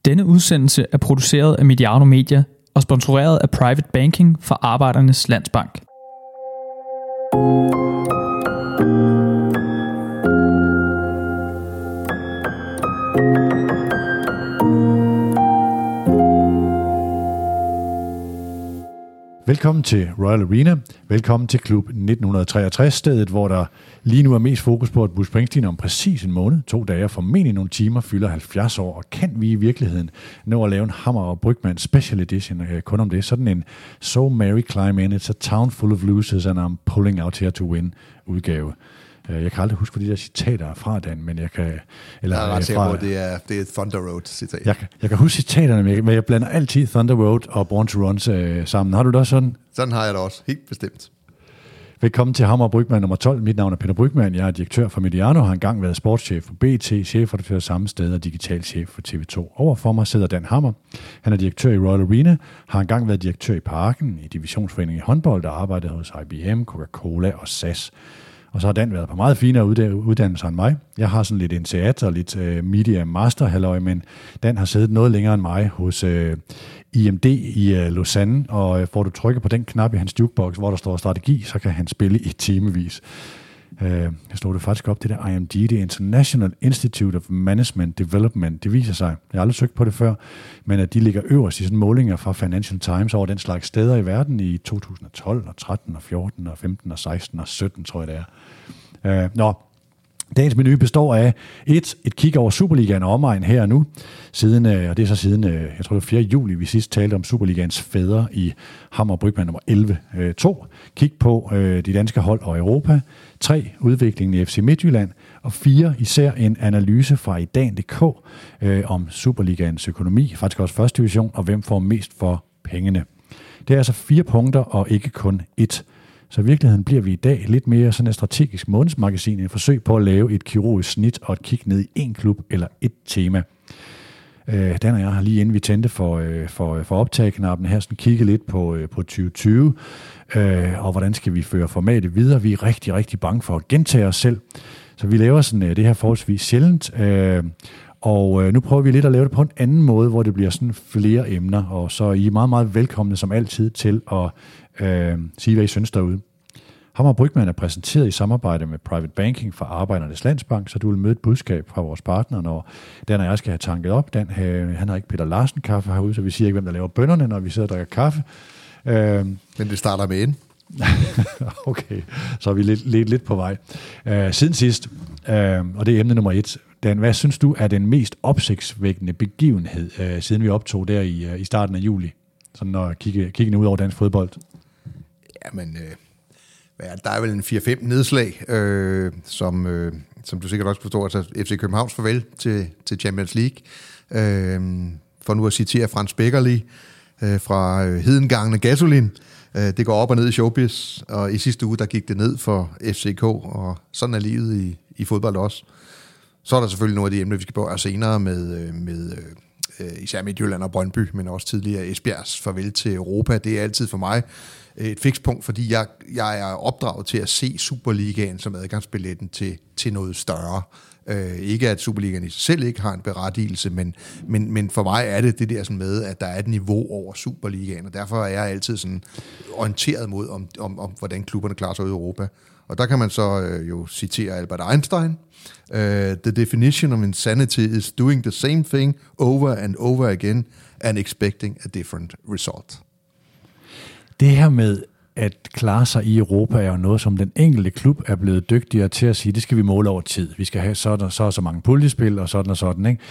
Denne udsendelse er produceret af Mediano Media og sponsoreret af Private Banking fra Arbejdernes Landsbank. Velkommen til Royal Arena. Velkommen til Klub 1963, stedet hvor der lige nu er mest fokus på, at Bruce Springsteen om præcis en måned, 2 dage og formentlig nogle timer fylder 70 år. Og kan vi i virkeligheden nå at lave en Hammer og Brygmann special edition kun om det? Sådan en So Mary Climb In, It's a Town Full of Losers and I'm Pulling Out Here to Win udgave. Jeg kan aldrig huske de der citater fra den, men jeg kan... Eller, jeg er ret sikker på, det er et Thunder Road-citat. Jeg kan huske citaterne, men jeg blander altid Thunder Road og Born to Run sammen. Har du det også sådan? Sådan har jeg det også, helt bestemt. Velkommen til Hammer og Brygmann nummer 12. Mit navn er Peter Brygmann. Jeg er direktør for Mediano, har engang været sportschef for BT, chefredaktør samme sted og digital chef for TV2. Overfor mig sidder Dan Hammer. Han er direktør i Royal Arena, har engang været direktør i Parken, i divisionsforeningen i håndbold og arbejdet hos IBM, Coca-Cola og SAS. Og så har Dan været på meget finere uddannelser end mig. Jeg har sådan lidt NCAT og lidt Media Master halløj, men Dan har siddet noget længere end mig hos IMD i Lausanne, og får du trykker på den knap i hans jukebox, hvor der står strategi, så kan han spille i timevis. Jeg slog det faktisk op, det der IMD, det er International Institute of Management Development. Det viser sig, jeg har aldrig søgt på det før, men at de ligger øverst i sådan målinger fra Financial Times over den slags steder i verden i 2012 og 13 og 14 og 15 og 16 og 17, tror jeg det er. Dagens menu består af et kig over Superligaen og omegn her og nu, siden, og det er så siden, jeg tror det var 4. juli, vi sidst talte om Superligaens fædre i Hammer og Brygmann nummer 11. 2. Kig på de danske hold og Europa. 3. Udviklingen i FC Midtjylland. Og 4. Især en analyse fra idan.dk om Superligaens økonomi, faktisk også første division, og hvem får mest for pengene. Det er altså 4 punkter og ikke kun 1. Så i virkeligheden bliver vi i dag lidt mere sådan et strategisk månedsmagasin, en forsøg på at lave et kirurgisk snit og et kig ned i en klub eller et tema. Dan og jeg har lige inden vi tændte for optageknappen her sådan kigget lidt på 2020, og hvordan skal vi føre formatet videre. Vi er rigtig, rigtig bange for at gentage os selv, så vi laver sådan det her forholdsvis sjældent, og nu prøver vi lidt at lave det på en anden måde, hvor det bliver sådan flere emner, og så er I meget, meget velkomne som altid til at sige, hvad I synes derude. Hammer og Brygmann er præsenteret i samarbejde med Private Banking fra Arbejdernes Landsbank, så du vil møde et budskab fra vores partner, når Dan og jeg skal have tanket op. Dan, han har ikke Peter Larsen kaffe herude, så vi siger ikke, hvem der laver bønnerne, når vi sidder og drikker kaffe. Men det starter med en. Okay, så er vi lidt på vej. Siden sidst, og det er emne nummer 1. Dan, hvad synes du er den mest opsigtsvækkende begivenhed, siden vi optog der i starten af juli? Sådan når kiggende ud over dansk fodbold. Jamen, der er vel en 4-5 nedslag, som du sikkert også forstår. Altså FC Københavns farvel til Champions League. For nu at citere Frans Beckerli fra Hedengangene Gasolin. Det går op og ned i showbiz, og i sidste uge der gik det ned for FCK, og sådan er livet i fodbold også. Så er der selvfølgelig nogle af de emner, vi skal berøre senere med især Midtjylland og Brøndby, men også tidligere Esbjergs farvel til Europa. Det er altid for mig et fikspunkt, fordi jeg er opdraget til at se Superligaen som adgangsbilletten til noget større. Ikke at Superligaen i sig selv ikke har en berettigelse, men for mig er det der sådan med, at der er et niveau over Superligaen, og derfor er jeg altid sådan orienteret mod, om hvordan klubberne klarer sig ud i Europa. Og der kan man så jo citere Albert Einstein. The definition of insanity is doing the same thing over and over again and expecting a different result. Det her med at klare sig i Europa er jo noget, som den enkelte klub er blevet dygtigere til at sige, det skal vi måle over tid. Vi skal have så mange puljespil og sådan, ikke?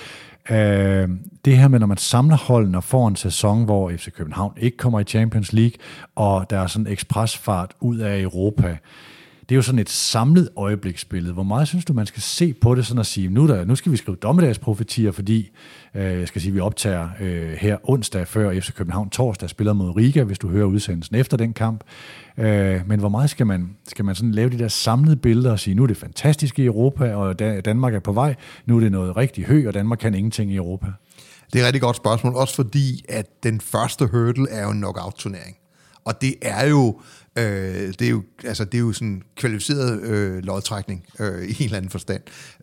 Det her med, når man samler holdene og får en sæson, hvor FC København ikke kommer i Champions League, og der er sådan en ekspresfart ud af Europa, det er jo sådan et samlet øjebliksbillede. Hvor meget synes du, man skal se på det sådan at sige, nu skal vi skrive dommedagsprofetier, fordi jeg skal sige, vi optager her onsdag før FC København torsdag spiller mod Riga, hvis du hører udsendelsen efter den kamp. Men hvor meget skal man sådan lave de der samlede billeder og sige, nu er det fantastisk i Europa, og Danmark er på vej, nu er det noget rigtig højt, og Danmark kan ingenting i Europa? Det er et rigtig godt spørgsmål, også fordi at den første hurdle er jo en knockout-turnering. Og det er jo sådan kvalificeret lodtrækning i en eller anden forstand.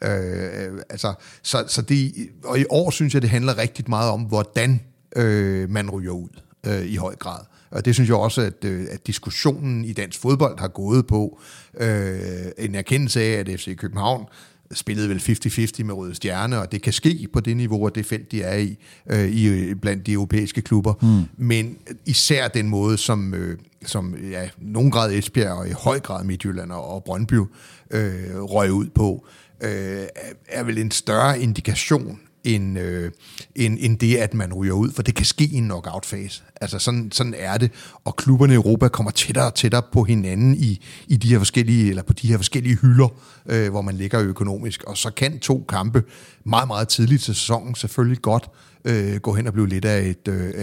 Så det, og i år synes jeg, det handler rigtig meget om, hvordan man ryger ud i høj grad. Og det synes jeg også, at diskussionen i dansk fodbold har gået på en erkendelse af, at FC København spillede vel 50-50 med Røde Stjerne, og det kan ske på det niveau og det felt, de er i blandt de europæiske klubber. Men især den måde, som nogen grad Esbjerg og i høj grad Midtjylland og Brøndby røg ud på, er vel en større indikation end det, at man ryger ud, for det kan ske i en knockout-fase. Altså sådan er det, og klubberne i Europa kommer tættere og tættere på hinanden i de her forskellige, eller på de her forskellige hylder, hvor man ligger økonomisk, og så kan 2 kampe meget, meget tidligt til sæsonen selvfølgelig godt gå hen og blive lidt af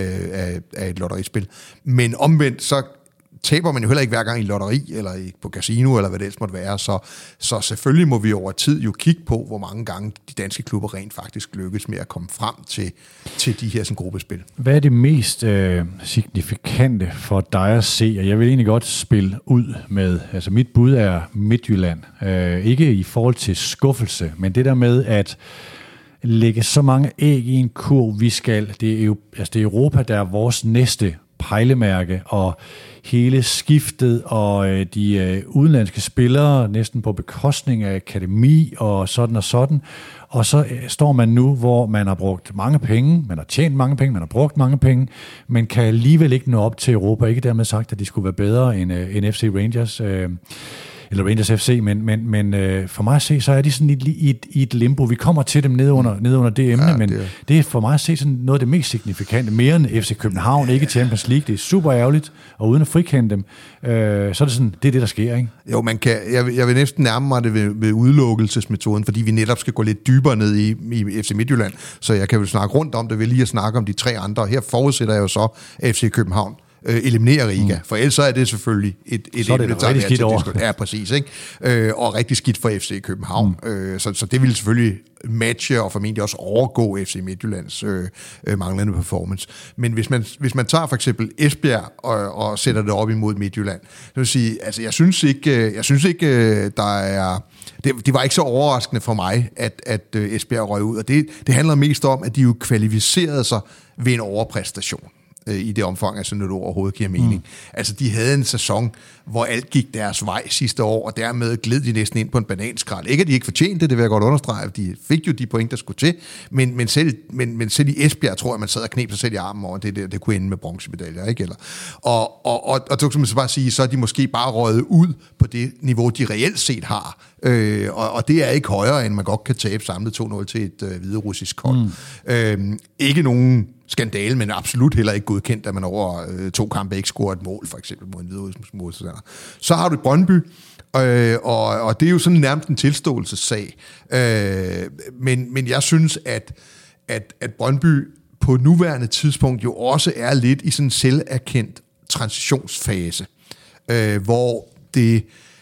et lotterispil. Men omvendt, så taber man jo heller ikke hver gang i lotteri, eller på casino, eller hvad det ellers måtte være. Så selvfølgelig må vi over tid jo kigge på, hvor mange gange de danske klubber rent faktisk lykkes med at komme frem til de her sådan, gruppespil. Hvad er det mest signifikante for dig at se? Og jeg vil egentlig godt spille ud med, altså mit bud er Midtjylland. Ikke i forhold til skuffelse, men det der med at lægge så mange æg i en kurv, det er jo det er Europa, der er vores næste pejlemærke, og hele skiftet og de udenlandske spillere næsten på bekostning af akademi og sådan. Og så står man nu, hvor man har brugt mange penge, man har tjent mange penge, man har brugt mange penge, men kan alligevel ikke nå op til Europa. Ikke dermed sagt, at de skulle være bedre end FC Rangers, eller Rangers FC, men for mig at se, så er de sådan i et limbo. Vi kommer til dem ned under det emne, men det er for mig at se sådan noget af det mest signifikante. Mere end FC København, ikke Champions League. Det er super ærgerligt, og uden at frikende dem, så er det sådan, det er det, der sker, ikke? Jo, jeg vil næsten nærme mig det ved udelukkelsesmetoden, fordi vi netop skal gå lidt dybere ned i FC Midtjylland, så jeg kan vel snakke rundt om det, ved lige at snakke om de 3 andre. Her forudsætter jeg jo så FC København eliminere Riga, for ellers så er det selvfølgelig et så er det rigtig skidt over. Ja, præcis, ikke? Og rigtig skidt for FC København. Så det vil selvfølgelig matche og formentlig også overgå FC Midtjyllands manglende performance. Men hvis man tager for eksempel Esbjerg og sætter det op imod Midtjylland, så vil sige, altså jeg synes ikke der er. Det var ikke så overraskende for mig, at Esbjerg røg ud, og det handler mest om, at de jo kvalificerede sig ved en overpræstation. I det omfang, altså når det overhovedet giver mening. Altså, de havde en sæson, hvor alt gik deres vej sidste år, og dermed gled de næsten ind på en bananskrald. Ikke, at de ikke fortjente det vil jeg godt understrege. De fik jo de point, der skulle til, men selv i Esbjerg, tror jeg, man sad og kneb sig selv i armen over det kunne ende med bronzemedaljer, ikke? Eller, og så kan man så bare sige, så er de måske bare røget ud på det niveau, de reelt set har. Og det er ikke højere, end man godt kan tabe samlet 2-0 til et hviderussisk hold. Ikke nogen skandale, men absolut heller ikke godkendt, at man over 2 kampe ikke scorer et mål, for eksempel mod en hviderussisk modstander. Så har du Brøndby, og det er jo sådan nærmest en tilståelsessag. Men jeg synes, at Brøndby på nuværende tidspunkt jo også er lidt i sådan en selverkendt transitionsfase, hvor det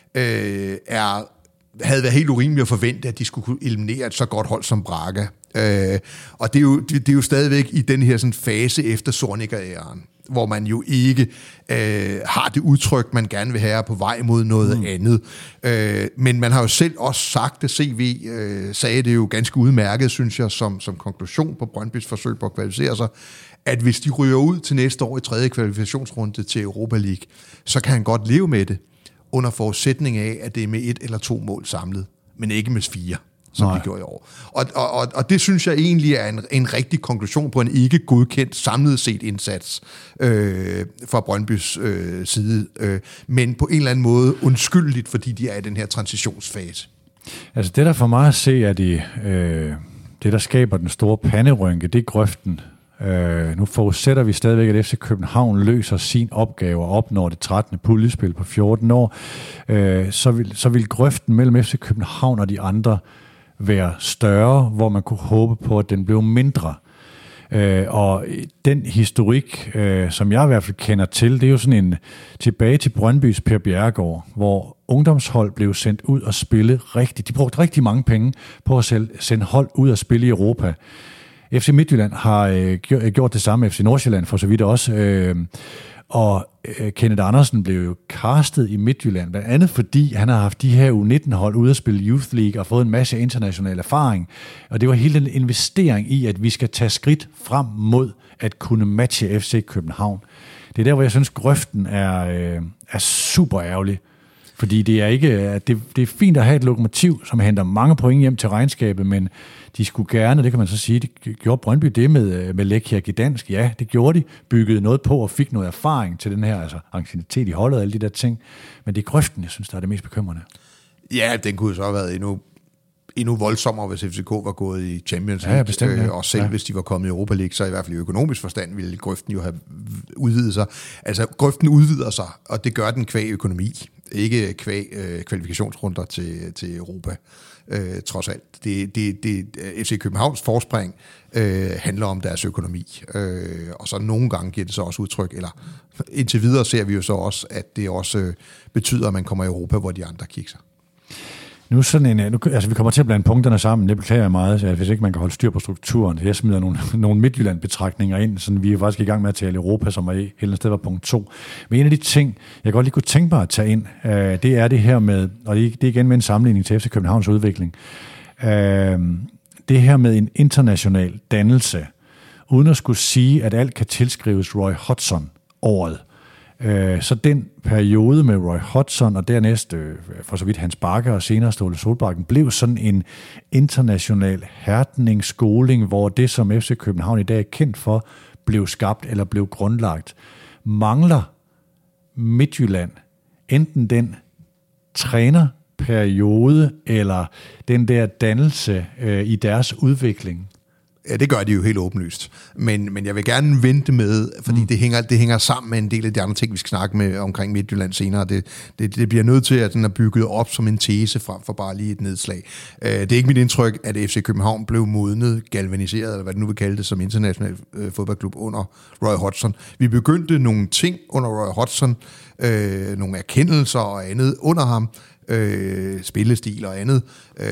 havde været helt urimeligt at forvente, at de skulle kunne eliminere et så godt hold som Braga. Og det er jo stadigvæk i den her sådan fase efter Zorniger-æren, hvor man jo ikke har det udtryk, man gerne vil have på vej mod noget andet. Men man har jo selv også sagt det, CV sagde det jo ganske udmærket, synes jeg, som konklusion på Brøndbys forsøg på at kvalificere sig, at hvis de ryger ud til næste år i 3. kvalifikationsrunde til Europa League, så kan han godt leve med det, under forudsætning af, at det er med 1 eller 2 mål samlet, men ikke med 4, som de gjorde i år. Og det synes jeg egentlig er en rigtig konklusion på en ikke godkendt samlet set indsats fra Brøndbys side, men på en eller anden måde undskyldeligt, fordi de er i den her transitionsfase. Altså det, der for mig at se, er det, der skaber den store panderynke, det er grøften. Nu forudsætter vi stadigvæk, at FC København løser sin opgave og opnår det 13. puljespil på 14 år. Så vil grøften mellem FC København og de andre være større, hvor man kunne håbe på, at den blev mindre. Og den historik, som jeg i hvert fald kender til, det er jo sådan en tilbage til Brøndbys Per Bjerregaard, hvor ungdomshold blev sendt ud og spille rigtigt. De brugte rigtig mange penge på at sende hold ud og spille i Europa. FC Midtjylland har gjort det samme, FC Nordsjælland for så vidt også. Og Kenneth Andersen blev jo castet i Midtjylland, blandt andet fordi han har haft de her U19-hold ude at spille Youth League og fået en masse international erfaring. Og det var hele den investering i, at vi skal tage skridt frem mod at kunne matche FC København. Det er der, hvor jeg synes, grøften er super ærgerlig. Fordi det er ikke, det er fint at have et lokomotiv, som henter mange point hjem til regnskabet, men de skulle gerne, det kan man så sige, det gjorde Brøndby det med Lechia Gdansk. Ja, det gjorde de, byggede noget på og fik noget erfaring til den her, altså anciennitet i holdet og alle de der ting. Men det er grøften, jeg synes, der er det mest bekymrende. Ja, den kunne så have været endnu voldsommere, hvis FCK var gået i Champions League. Ja, bestemt, ja. Og selv hvis de var kommet i Europa League, så i hvert fald i økonomisk forstand ville grøften jo have udvidet sig. Altså, grøften udvider sig, og det gør den kvæg økonomi, ikke kvæg kvalifikationsrunder til Europa, trods alt. FC Københavns forspring handler om deres økonomi, og så nogle gange giver det så også udtryk, eller indtil videre ser vi jo så også, at det også betyder, at man kommer i Europa, hvor de andre kigger sig. Nu vi kommer til at blande punkterne sammen, det beklager jeg meget, så hvis ikke man kan holde styr på strukturen. Jeg smider nogle Midtjylland-betragtninger ind, så vi er faktisk i gang med at tale Europa, som et eller andet sted var punkt 2. Men en af de ting, jeg godt lige kunne tænke mig at tage ind, det er det her med, og det er igen med en sammenligning til FC Københavns udvikling, det her med en international dannelse, uden at skulle sige, at alt kan tilskrives Roy Hodgson-året. Så den periode med Roy Hodgson og dernæst for så vidt Hans Bakke og senere Ståle Solbakken blev sådan en international hærdningsskoling, hvor det som FC København i dag er kendt for, blev skabt eller blev grundlagt. Mangler Midtjylland enten den trænerperiode eller den der dannelse i deres udvikling? Ja, det gør de jo helt åbenlyst. Men jeg vil gerne vente med, fordi det hænger sammen med en del af de andre ting, vi skal snakke med omkring Midtjylland senere. Det bliver nødt til, at den er bygget op som en tese frem for bare lige et nedslag. Det er ikke mit indtryk, at FC København blev modnet, galvaniseret, eller hvad det nu vil kalde det, som international fodboldklub under Roy Hodgson. Vi begyndte nogle ting under Roy Hodgson, nogle erkendelser og andet under ham, spillestil og andet,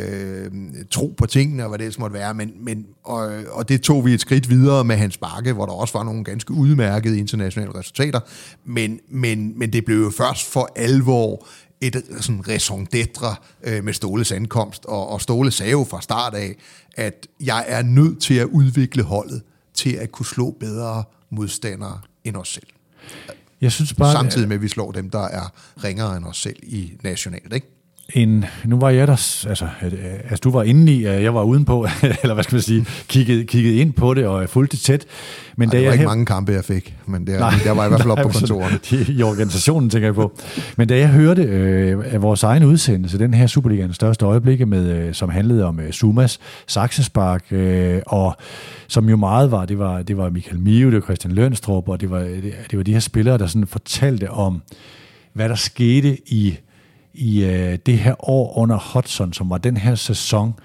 tro på tingene og hvad det måtte være, og det tog vi et skridt videre med Hans Bakke, hvor der også var nogle ganske udmærkede internationale resultater, men det blev jo først for alvor et sådan raison d'être med Ståles ankomst, og Ståle sagde jo fra start af, at jeg er nødt til at udvikle holdet til at kunne slå bedre modstandere end os selv. Jeg synes bare, samtidig med, at vi slår dem, der er ringere end os selv i nationalt, ikke? Nu var jeg der, altså du var inde i, jeg var udenpå, eller hvad skal man sige, kiggede ind på det og fulgte det tæt. Men det var ikke mange kampe, jeg fik, men jeg var i hvert fald oppe på kontorerne. I organisationen tænker jeg på. Men da jeg hørte af vores egen udsendelse, den her Superligaens største øjeblikke, som handlede om Sumas saksespark, og som jo meget var, det var Michael Mio, det var Christian Lønstrup, og det var de her spillere, der sådan fortalte om, hvad der skete i det her år under Hodgson, som var den her sæson,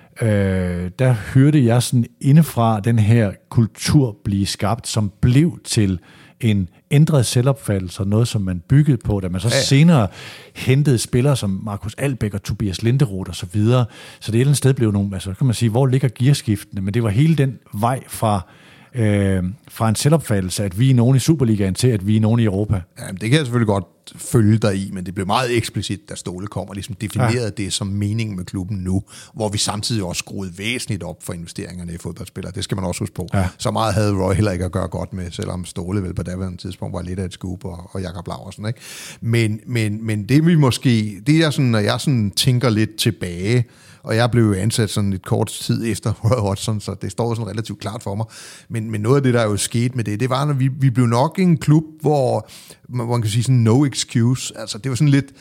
der hørte jeg sådan indefra den her kultur blive skabt, som blev til en ændret selvopfattelse, noget som man byggede på, da man så senere hentede spillere som Markus Albeck og Tobias Linderoth og så videre. Så det et eller andet sted blev nogle, altså kan man sige, hvor ligger gearskiftene, men det var hele den vej fra en selvopfattelse, at vi er nogen i Superligaen til, at vi er nogen i Europa. Ja, det kan jeg selvfølgelig godt følge dig i, men det blev meget eksplicit, da Ståle kom og ligesom definerede det som meningen med klubben nu, hvor vi samtidig også skruede væsentligt op for investeringerne i fodboldspillere. Det skal man også huske på. Ja. Så meget havde Roy heller ikke at gøre godt med, selvom Ståle vel på daværende tidspunkt var lidt af et scoop og Jakob Laursen, ikke? Men det vi måske, det er sådan, når jeg sådan tænker lidt tilbage, og jeg blev ansat sådan et kort tid efter Roy Hodgson, så det står sådan relativt klart for mig. Men noget af det, der jo skete med det var, når vi blev nok en klub, hvor man kan sige sådan no excuse. Altså det var sådan lidt,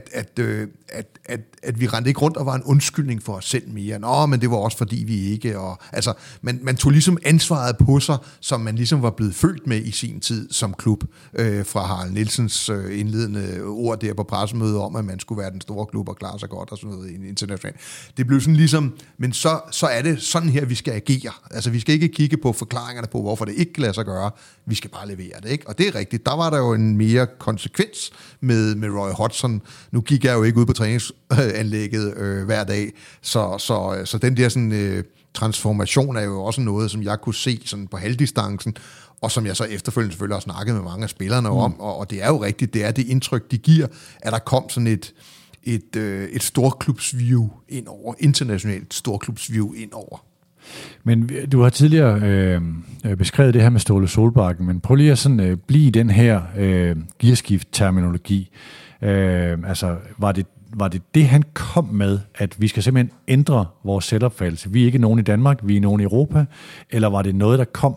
at vi rendte ikke rundt og var en undskyldning for os selv mere. Nå, men det var også fordi vi ikke. Og, altså, man tog ligesom ansvaret på sig, som man ligesom var blevet født med i sin tid som klub, fra Harald Nielsens indledende ord der på pressemødet om, at man skulle være den store klub og klare sig godt og sådan noget internationalt. Det blev sådan ligesom, men så er det sådan her, vi skal agere. Altså vi skal ikke kigge på forklaringerne på, hvorfor det ikke kan lade sig gøre. Vi skal bare levere det, ikke? Og det er rigtigt. Der var der jo en mere konsekvens med Roy Hodgson. Nu gik jeg jo ikke ud på træningsanlægget hver dag, så den der sådan transformation er jo også noget, som jeg kunne se sådan på halvdistancen, og som jeg så efterfølgende selvfølgelig har snakket med mange af spillerne om, og det er jo rigtigt, det er det indtryk, de giver, at der kom sådan et storklubsview ind over, internationalt storklubsview ind over. Men du har tidligere beskrevet det her med Ståle Solbakken, men prøv lige at sådan, blive i den her gearskift-terminologi. Altså, var det han kom med, at vi skal simpelthen ændre vores selvopfattelse? Vi er ikke nogen i Danmark, vi er nogen i Europa, eller var det noget, der kom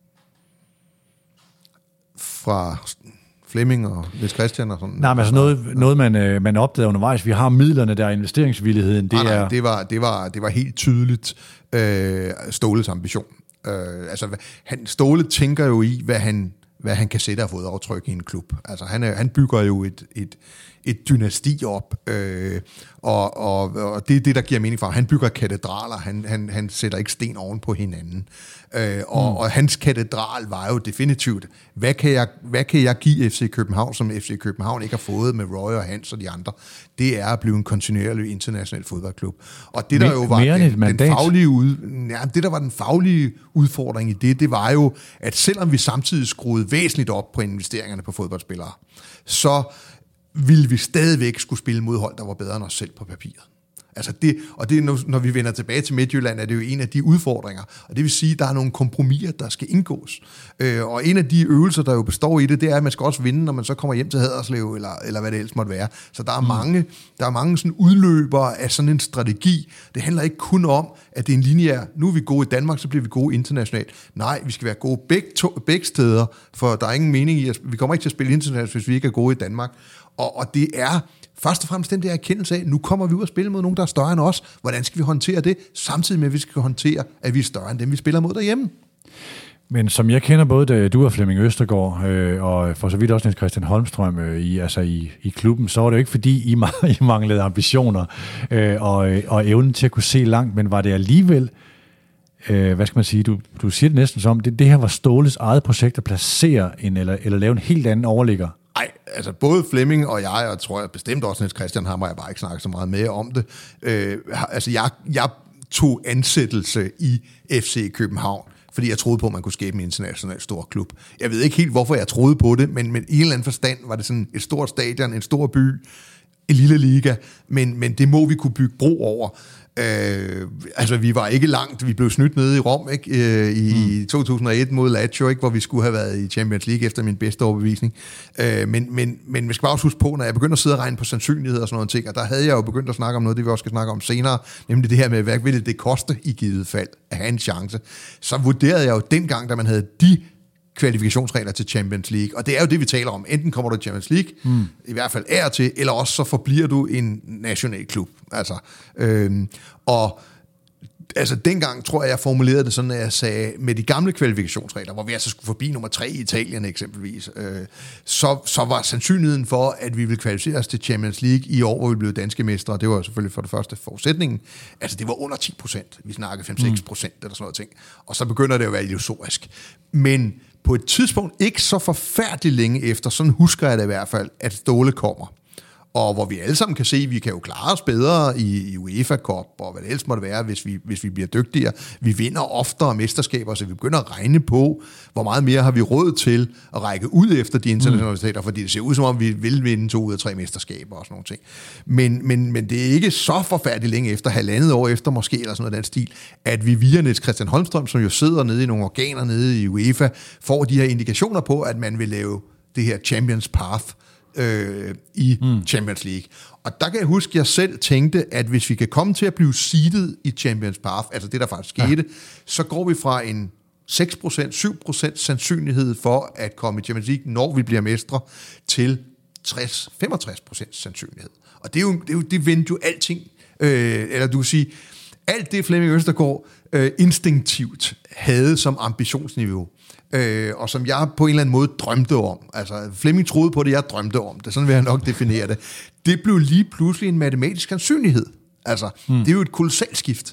fra Flemming og Niels Christian og sådan? Nej, men altså noget man opdagede undervejs. Vi har midlerne der, investeringsvilligheden. Det var helt tydeligt Ståles ambition. Ståle tænker jo i, hvad han kan sætte af fodaftryk i en klub. Altså han bygger jo et dynasti op, og det er det, der giver mening for ham. Han bygger katedraler, han sætter ikke sten oven på hinanden. Og hans katedral var jo definitivt, hvad kan jeg give FC København, som FC København ikke har fået med Roy og Hans og de andre? Det er at blive en kontinuerlig international fodboldklub. Og det der jo var den faglige udfordring i det var jo, at selvom vi samtidig skruede væsentligt op på investeringerne på fodboldspillere, så ville vi stadigvæk skulle spille mod hold, der var bedre end os selv på papiret. Altså når vi vender tilbage til Midtjylland, er det jo en af de udfordringer, og det vil sige, at der er nogle kompromiser, der skal indgås. Og en af de øvelser, der jo består i det, det er, at man skal også vinde, når man så kommer hjem til Haderslev, eller hvad det ellers måtte være. Så der er mange sådan udløbere af sådan en strategi. Det handler ikke kun om, at det er en lineær, nu er vi gode i Danmark, så bliver vi gode internationalt. Nej, vi skal være gode begge steder, for der er ingen mening i, at vi kommer ikke til at spille internationalt, hvis vi ikke er gode i Danmark. Og det er først og fremmest den der erkendelse af, nu kommer vi ud og spille mod nogen, der er større end os. Hvordan skal vi håndtere det? Samtidig med, at vi skal håndtere, at vi er større end dem, vi spiller mod derhjemme. Men som jeg kender både du og Flemming Østergaard, og for så vidt også Niels Christian Holmstrøm i klubben, så var det jo ikke fordi, I manglede ambitioner og evnen til at kunne se langt, men var det alligevel, hvad skal man sige, du siger det næsten som, det her var Ståles eget projekt at placere eller lave en helt anden overligger. Nej, altså både Flemming og jeg tror jeg bestemt også Niels Christian, har jeg bare ikke snakket så meget mere om det. Jeg tog ansættelse i FC København, fordi jeg troede på, at man kunne skabe en international stor klub. Jeg ved ikke helt, hvorfor jeg troede på det, men i en eller anden forstand var det sådan et stort stadion, en stor by, en lille liga, men det må vi kunne bygge bro over. Vi var ikke langt, vi blev snydt nede i Rom, ikke? I 2001 mod Lazio, ikke? Hvor vi skulle have været i Champions League efter min bedste overbevisning. Men vi skal bare også huske på, når jeg begyndte at sidde og regne på sandsynlighed og sådan noget ting, og der havde jeg jo begyndt at snakke om noget, det vi også skal snakke om senere, nemlig det her med, hvad ville det koste i givet fald at have en chance. Så vurderede jeg jo dengang, da man havde de kvalifikationsregler til Champions League, og det er jo det, vi taler om. Enten kommer du til Champions League, i hvert fald er til, eller også så forbliver du en national klub. Dengang tror jeg formulerede det sådan, at jeg sagde, med de gamle kvalifikationsregler, hvor vi altså skulle forbi nummer 3 i Italien eksempelvis, så var sandsynligheden for, at vi ville kvalificere os til Champions League i år, hvor vi blev danske mestre, det var selvfølgelig for det første forudsætningen, altså det var under 10%, vi snakkede 5-6% eller sådan noget ting, og så begynder det at være illusorisk. Men på et tidspunkt, ikke så forfærdeligt længe efter, sådan husker jeg det i hvert fald, at Ståle kommer. Og hvor vi alle sammen kan se, at vi kan jo klare os bedre i UEFA Cup, og hvad det ellers måtte være, hvis vi bliver dygtigere. Vi vinder oftere mesterskaber, så vi begynder at regne på, hvor meget mere har vi råd til at række ud efter de internationale stater, fordi det ser ud som om, vi vil vinde 2 ud af 3 mesterskaber og sådan nogle ting. Men det er ikke så forfærdeligt længe efter, 1,5 år efter måske, eller sådan noget den stil, at vi via Niels Christian Holmstrøm, som jo sidder nede i nogle organer nede i UEFA, får de her indikationer på, at man vil lave det her Champions Path i Champions League. Og der kan jeg huske, at jeg selv tænkte, at hvis vi kan komme til at blive seedet i Champions Path, altså det der faktisk skete, så går vi fra en 6%, 7% sandsynlighed for at komme i Champions League, når vi bliver mestre, til 60-65% sandsynlighed. Og det vendte jo alting, eller du kan sige, alt det Flemming Østergaard instinktivt havde som ambitionsniveau, og som jeg på en eller anden måde drømte om. Altså, Flemming troede på det, jeg drømte om det. Sådan vil jeg nok definere det. Det blev lige pludselig en matematisk sandsynlighed. Altså, det er jo et kolossalt skift.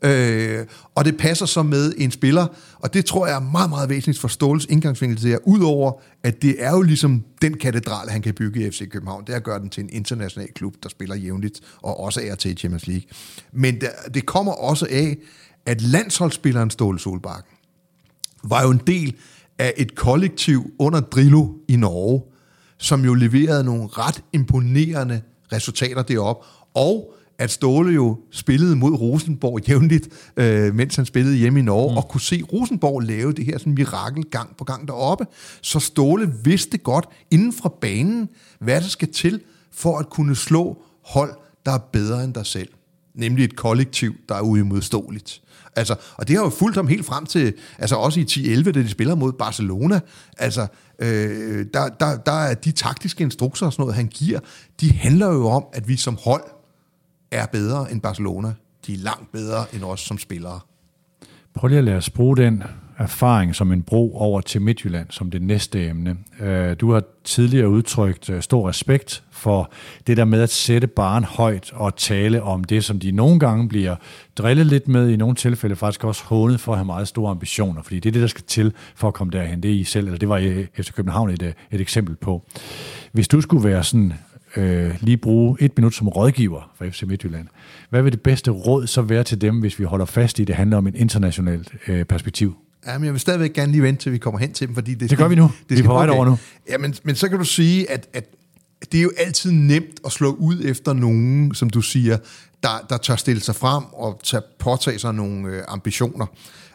Og det passer så med en spiller, og det tror jeg er meget, meget væsentligt for Ståles indgangsvinkel til det her, udover at det er jo ligesom den katedral, han kan bygge i FC København, det er at gøre den til en international klub, der spiller jævnligt, og også er til Champions League. Men det kommer også af, at landsholdsspilleren Ståle Solbakken var jo en del af et kollektiv under Drillo i Norge, som jo leverede nogle ret imponerende resultater deroppe, og at Ståle jo spillede mod Rosenborg jævnligt, mens han spillede hjemme i Norge, og kunne se Rosenborg lave det her sådan mirakel gang på gang deroppe. Så Ståle vidste godt inden fra banen, hvad der skal til for at kunne slå hold, der er bedre end dig selv. Nemlig et kollektiv, der er uimodståeligt. Altså, og det har jo fulgt ham helt frem til, altså også i 10-11, da de spiller mod Barcelona. Altså, der er de taktiske instrukser og sådan noget, han giver, de handler jo om, at vi som hold er bedre end Barcelona. De er langt bedre end os som spillere. Prøv lige at lade os bruge den erfaring som en bro over til Midtjylland, som det næste emne. Du har tidligere udtrykt stor respekt for det der med at sætte barren højt og tale om det, som de nogle gange bliver drillet lidt med, i nogle tilfælde faktisk også hånet for at have meget store ambitioner, fordi det er det, der skal til for at komme derhen. Det er I selv, eller det var FC København et eksempel på. Hvis du skulle være sådan lige bruge 1 minut som rådgiver for FC Midtjylland. Hvad vil det bedste råd så være til dem, hvis vi holder fast i, det handler om et internationalt perspektiv? Jamen, jeg vil stadigvæk gerne lige vente, til vi kommer hen til dem, fordi det gør vi nu. Vi er på vej over nu. Ja, men så kan du sige, at det er jo altid nemt at slå ud efter nogen, som du siger, der tør stille sig frem og påtage sig nogle ambitioner.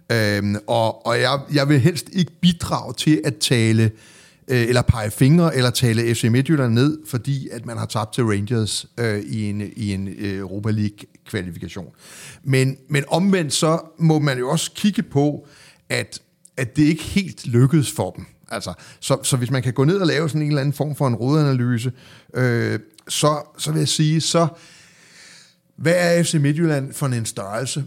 Og jeg vil helst ikke bidrage til at tale eller pege fingre, eller tale FC Midtjylland ned, fordi at man har tabt til Rangers i en Europa League-kvalifikation. Men omvendt så må man jo også kigge på, at det ikke helt lykkedes for dem. Altså, så hvis man kan gå ned og lave sådan en eller anden form for en rodanalyse, så vil jeg sige, så hvad er FC Midtjylland for en størrelse?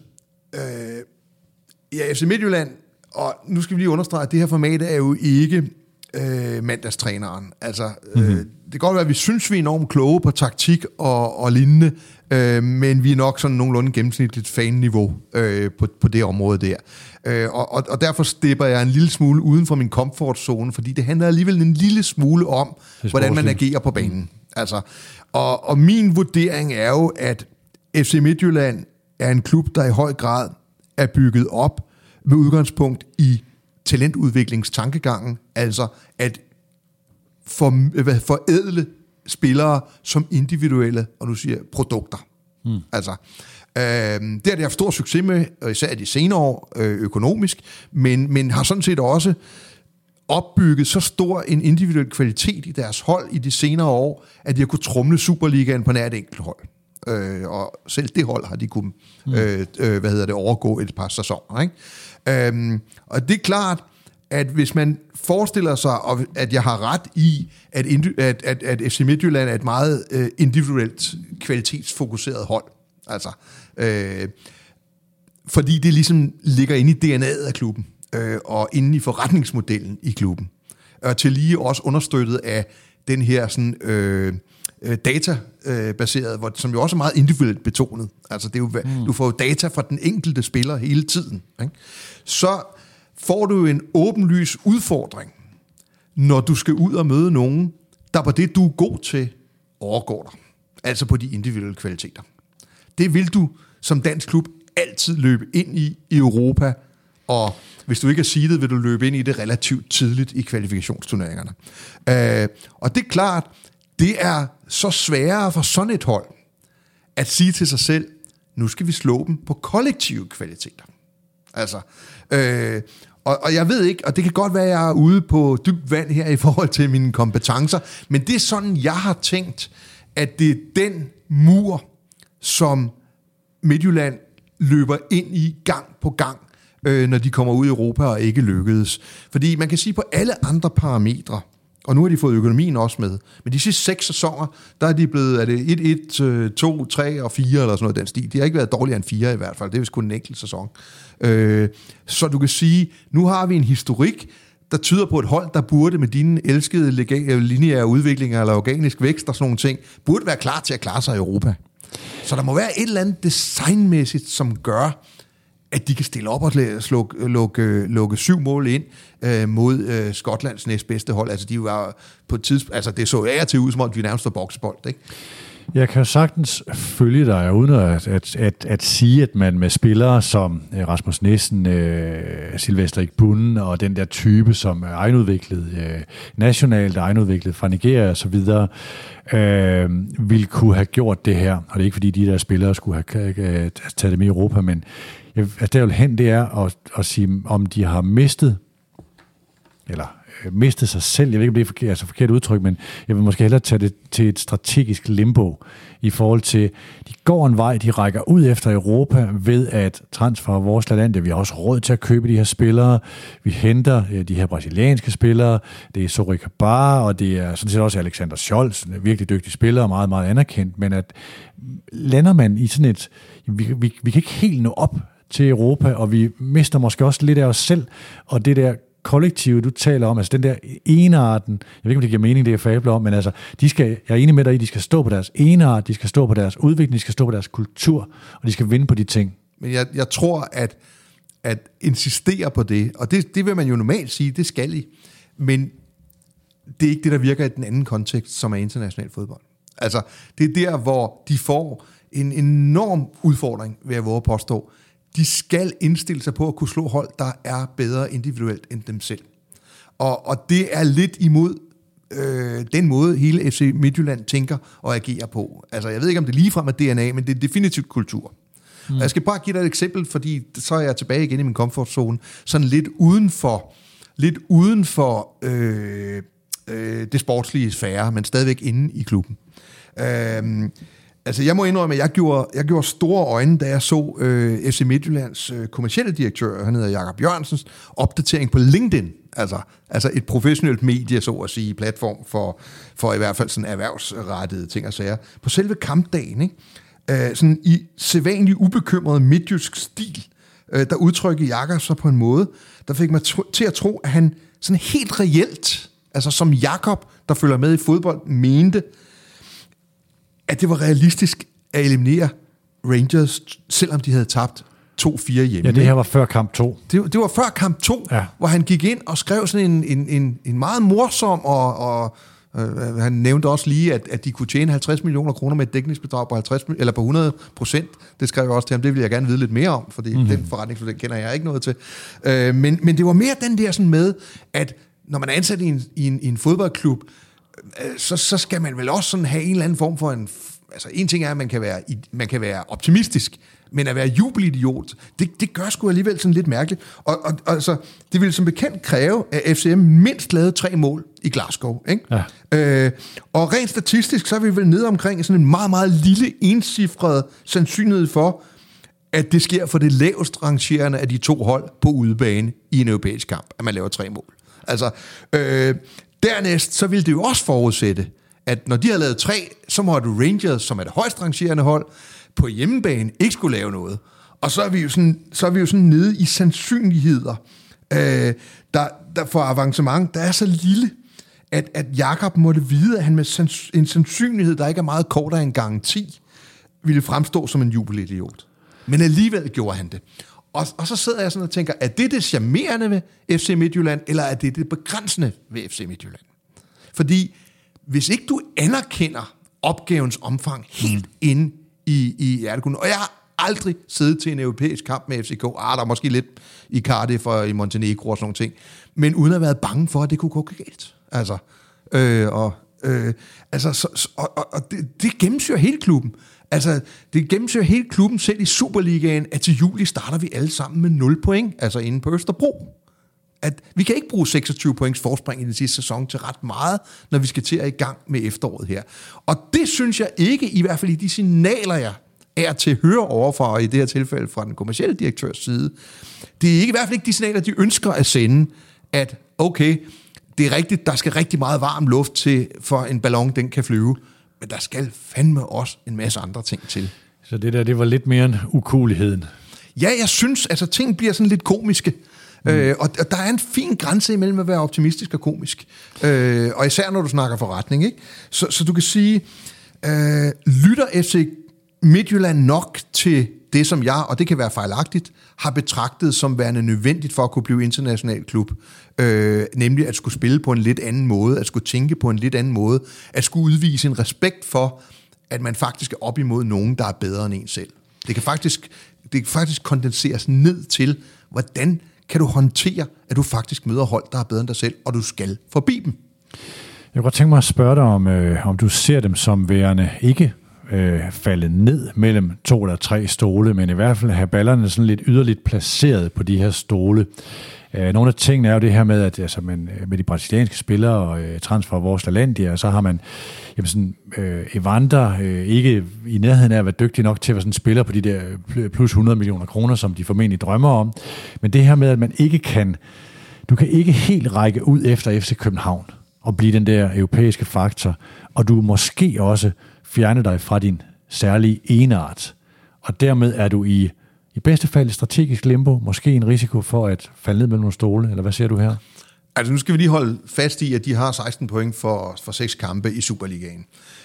Ja, FC Midtjylland, og nu skal vi lige understrege, at det her format er jo ikke mandagstræneren. Altså, det kan godt være, at vi synes, vi er enormt kloge på taktik og lignende, men vi er nok sådan nogenlunde gennemsnitligt fan-niveau på det område der. Og derfor stepper jeg en lille smule uden for min komfortzone, fordi det handler alligevel en lille smule om, hvordan man agerer på banen. Altså, og min vurdering er jo, at FC Midtjylland er en klub, der i høj grad er bygget op med udgangspunkt i talentudviklingstankegangen, altså at forædle spillere som individuelle, og nu siger produkter. Altså, det har de haft stor succes med, især de senere år økonomisk, men har sådan set også opbygget så stor en individuel kvalitet i deres hold i de senere år, at de har kunnet tromle Superligaen på nær et enkelt hold. Og selv det hold har de kunnet overgå et par sæsoner, ikke? Og det er klart, at hvis man forestiller sig, at jeg har ret i, at FC Midtjylland er et meget individuelt kvalitetsfokuseret hold, altså, fordi det ligesom ligger inde i DNA'et af klubben, og inde i forretningsmodellen i klubben, og til lige også understøttet af den her sådan, databaseret, som jo også er meget individuelt betonet. Altså, det er jo, du får jo data fra den enkelte spiller hele tiden, ikke? Så får du en åbenlys udfordring, når du skal ud og møde nogen, der på det, du er god til, overgår dig. Altså på de individuelle kvaliteter. Det vil du som dansk klub altid løbe ind i Europa, og hvis du ikke er seedet, vil du løbe ind i det relativt tidligt i kvalifikationsturneringerne. Og det er klart, det er så sværere for sådan et hold, at sige til sig selv, nu skal vi slå dem på kollektive kvaliteter. Altså, og jeg ved ikke, og det kan godt være, at jeg er ude på dybt vand her i forhold til mine kompetencer, men det er sådan, jeg har tænkt, at det er den mur, som Midtjylland løber ind i gang på gang, når de kommer ud i Europa og ikke lykkedes. Fordi man kan sige på alle andre parametre, og nu har de fået økonomien også med, men de sidste 6 sæsoner, der er de blevet, er det 1, 2, 3 og 4 eller sådan noget den stil. De har ikke været dårligere end 4 i hvert fald, det er vist kun en enkelt sæson. Så du kan sige, nu har vi en historik, der tyder på et hold, der burde med dine elskede lineære udviklinger eller organisk vækst og sådan nogle ting, burde være klar til at klare sig i Europa. Så der må være et eller andet designmæssigt, som gør, at de kan stille op og lukke 7 mål ind mod Skotlands næstbedste hold. Altså, de var på et tidspunkt, altså det så af til ud, som om de nærmest var boksebold, ikke? Jeg kan jo sagtens følge dig, uden at sige, at man med spillere som Rasmus Nissen, Sylvester Igbuen og den der type, som er egenudviklet nationalt, egenudviklet fra Nigeria og så videre, ville kunne have gjort det her. Og det er ikke fordi, de der spillere skulle have taget dem i Europa, men der jeg vil hen, det er at sige, om de har mistet sig selv. Jeg ved ikke, om det er forkert udtryk, men jeg vil måske hellere tage det til et strategisk limbo i forhold til, de går en vej, de rækker ud efter Europa ved at transfere vores land. Vi har også råd til at købe de her spillere. Vi henter de her brasilianske spillere. Det er Sorry-Kabar, og det er sådan set også Alexander Scholz, en virkelig dygtig spiller og meget, meget anerkendt. Men at lander man i sådan et... Vi kan ikke helt nå op til Europa, og vi mister måske også lidt af os selv, og det der kollektive, du taler om, altså den der enearten, jeg ved ikke, om det giver mening, det jeg fabler om, men altså, jeg er enig med dig i, de skal stå på deres eneart, de skal stå på deres udvikling, de skal stå på deres kultur, og de skal vinde på de ting. Men jeg tror, at insistere på det, og det vil man jo normalt sige, det skal I, men det er ikke det, der virker i den anden kontekst, som er international fodbold. Altså, det er der, hvor de får en enorm udfordring, vil jeg våge at påstå. De skal indstille sig på at kunne slå hold, der er bedre individuelt end dem selv. Og det er lidt imod den måde, hele FC Midtjylland tænker og agerer på. Altså, jeg ved ikke, om det ligefrem er DNA, men det er definitivt kultur. Og jeg skal bare give dig et eksempel, fordi så er jeg tilbage igen i min comfortzone, sådan lidt uden for det sportslige sfære, men stadigvæk inde i klubben. Altså, jeg må indrømme, at jeg gjorde store øjne, da jeg så FC Midtjyllands kommercielle direktør, han hedder Jakob Jørgensens, opdatering på LinkedIn. Altså et professionelt medie, så at sige, platform for i hvert fald sådan erhvervsrettede ting og sager. På selve kampdagen, ikke? Sådan i sædvanlig ubekymret midtjysk stil, der udtrykker Jakob så på en måde, der fik mig til at tro, at han sådan helt reelt, altså som Jakob, der følger med i fodbold, mente, at det var realistisk at eliminere Rangers, selvom de havde tabt 2-4 hjemme. Ja, det her var før kamp 2. Det var før kamp 2, ja. Hvor han gik ind og skrev sådan en meget morsom, og han nævnte også lige, at de kunne tjene 50 millioner kroner med et dækningsbedrag på 100%. Det skrev jeg også til ham, det ville jeg gerne vide lidt mere om, fordi den forretningsmodel kender jeg ikke noget til. Men det var mere den der sådan med, at når man er ansat i en fodboldklub, så skal man vel også sådan have en eller anden form for en ting er, at man kan være optimistisk, men at være jubelidiot, det gør sgu alligevel sådan lidt mærkeligt. Og altså, det ville som bekendt kræve, at FCM mindst lavede 3 mål i Glasgow, ikke? Ja. Og rent statistisk, så er vi vel nede omkring sådan en meget, meget lille encifret sandsynlighed for, at det sker for det lavest rangerende af de 2 hold på udebane i en europæisk kamp, at man laver 3 mål. Altså, dernæst, så ville det jo også forudsætte, at når de har lavet 3, så må Rangers, som er det højst rangerende hold, på hjemmebane ikke skulle lave noget. Og så er vi jo sådan nede i sandsynligheder, der for avancement, der er så lille, at Jakob måtte vide, at han med en sandsynlighed, der ikke er meget kortere end garanti, ville fremstå som en jubelidiot. Men alligevel gjorde han det. Og så sidder jeg sådan og tænker, er det charmerende ved FC Midtjylland, eller er det begrænsende ved FC Midtjylland? Fordi hvis ikke du anerkender opgavens omfang helt inde i hjertekunden, og jeg har aldrig siddet til en europæisk kamp med FCK, der er måske lidt i Cardiff og i Montenegro og sådan nogle ting, men uden at have været bange for, at det kunne gå galt. Altså, det gennemsyrer hele klubben. Altså, det gennemsyrer hele klubben, selv i Superligaen, at til juli starter vi alle sammen med 0 point, altså inde på Østerbro. At vi kan ikke bruge 26 points forspring i den sidste sæson til ret meget, når vi skal til at i gang med efteråret her. Og det synes jeg ikke, i hvert fald i de signaler, jeg er til at høre overfra, i det her tilfælde fra den kommercielle direktørs side, det er ikke, i hvert fald ikke de signaler, de ønsker at sende, at okay, det er rigtigt, der skal rigtig meget varm luft til, for en ballon, den kan flyve, men der skal fandme også en masse andre ting til. Så det var lidt mere end ukueligheden. Ja, jeg synes, altså ting bliver sådan lidt komiske. Og der er en fin grænse imellem at være optimistisk og komisk. Og især når du snakker forretning, ikke? Så du kan sige, lytter FC Midtjylland nok til det, som jeg, og det kan være fejlagtigt, har betragtet som værende nødvendigt for at kunne blive international klub. Nemlig at skulle spille på en lidt anden måde, at skulle tænke på en lidt anden måde, at skulle udvise en respekt for, at man faktisk er op imod nogen, der er bedre end en selv. Det kan faktisk kondenseres ned til, hvordan kan du håndtere, at du faktisk møder hold, der er bedre end dig selv, og du skal forbi dem. Jeg kunne godt tænke mig at spørge dig, om du ser dem som værende ikke faldet ned mellem 2 eller 3 stole, men i hvert fald have ballerne sådan lidt yderligt placeret på de her stole. Nogle af tingene er jo det her med, at altså, med de brasilianske spillere og transfer af vores Lalandia, så har man Evander ikke i nærheden af at være dygtig nok til at være sådan en spiller på de der plus 100 millioner kroner, som de formentlig drømmer om. Men det her med, at man ikke kan, du kan ikke helt række ud efter FC København og blive den der europæiske faktor, og du måske også fjerne dig fra din særlige eneart. Og dermed er du i bedste fald et strategisk limbo, måske en risiko for at falde ned mellem nogle stole, eller hvad ser du her? Altså nu skal vi lige holde fast i, at de har 16 point for 6 kampe i Superligaen.